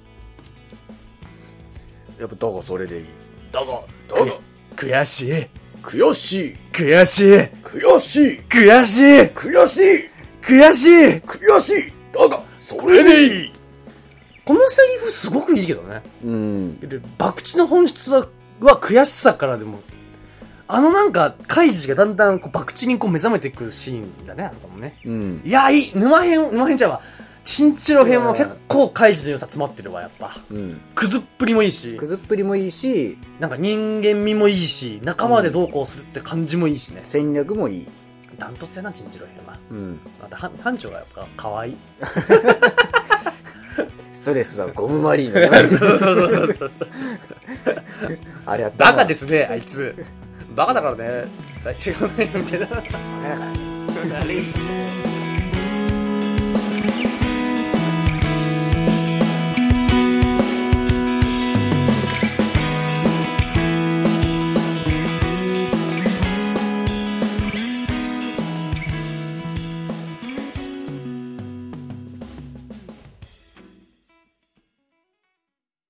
やっぱだがそれでいい。だが悔しい。 悔しい。 悔しい。 悔しい。 悔しい。 悔しい。 悔しい。 悔しい。だがそれでいい。 このセリフすごくいいけどね。うん。博打の本質は悔しさからでも。なんか、カイジがだんだん、博打に目覚めていくシーンだね、あそこもね。うん。いや、いい。沼編じゃわ。チンチロ編も結構カイジの良さ詰まってるわ、やっぱ。うん。くずっぷりもいいし。なんか人間味もいいし、仲間でどうこうするって感じもいいしね。 戦略もいい。 ダントツやな、チンチロ編は。うん。また、班長がやっぱ可愛い。 ストレスはゴムマリーの。そう。あれやった。 バカですね、あいつ。バカだからね、最初のね、みたいな。バカだからね。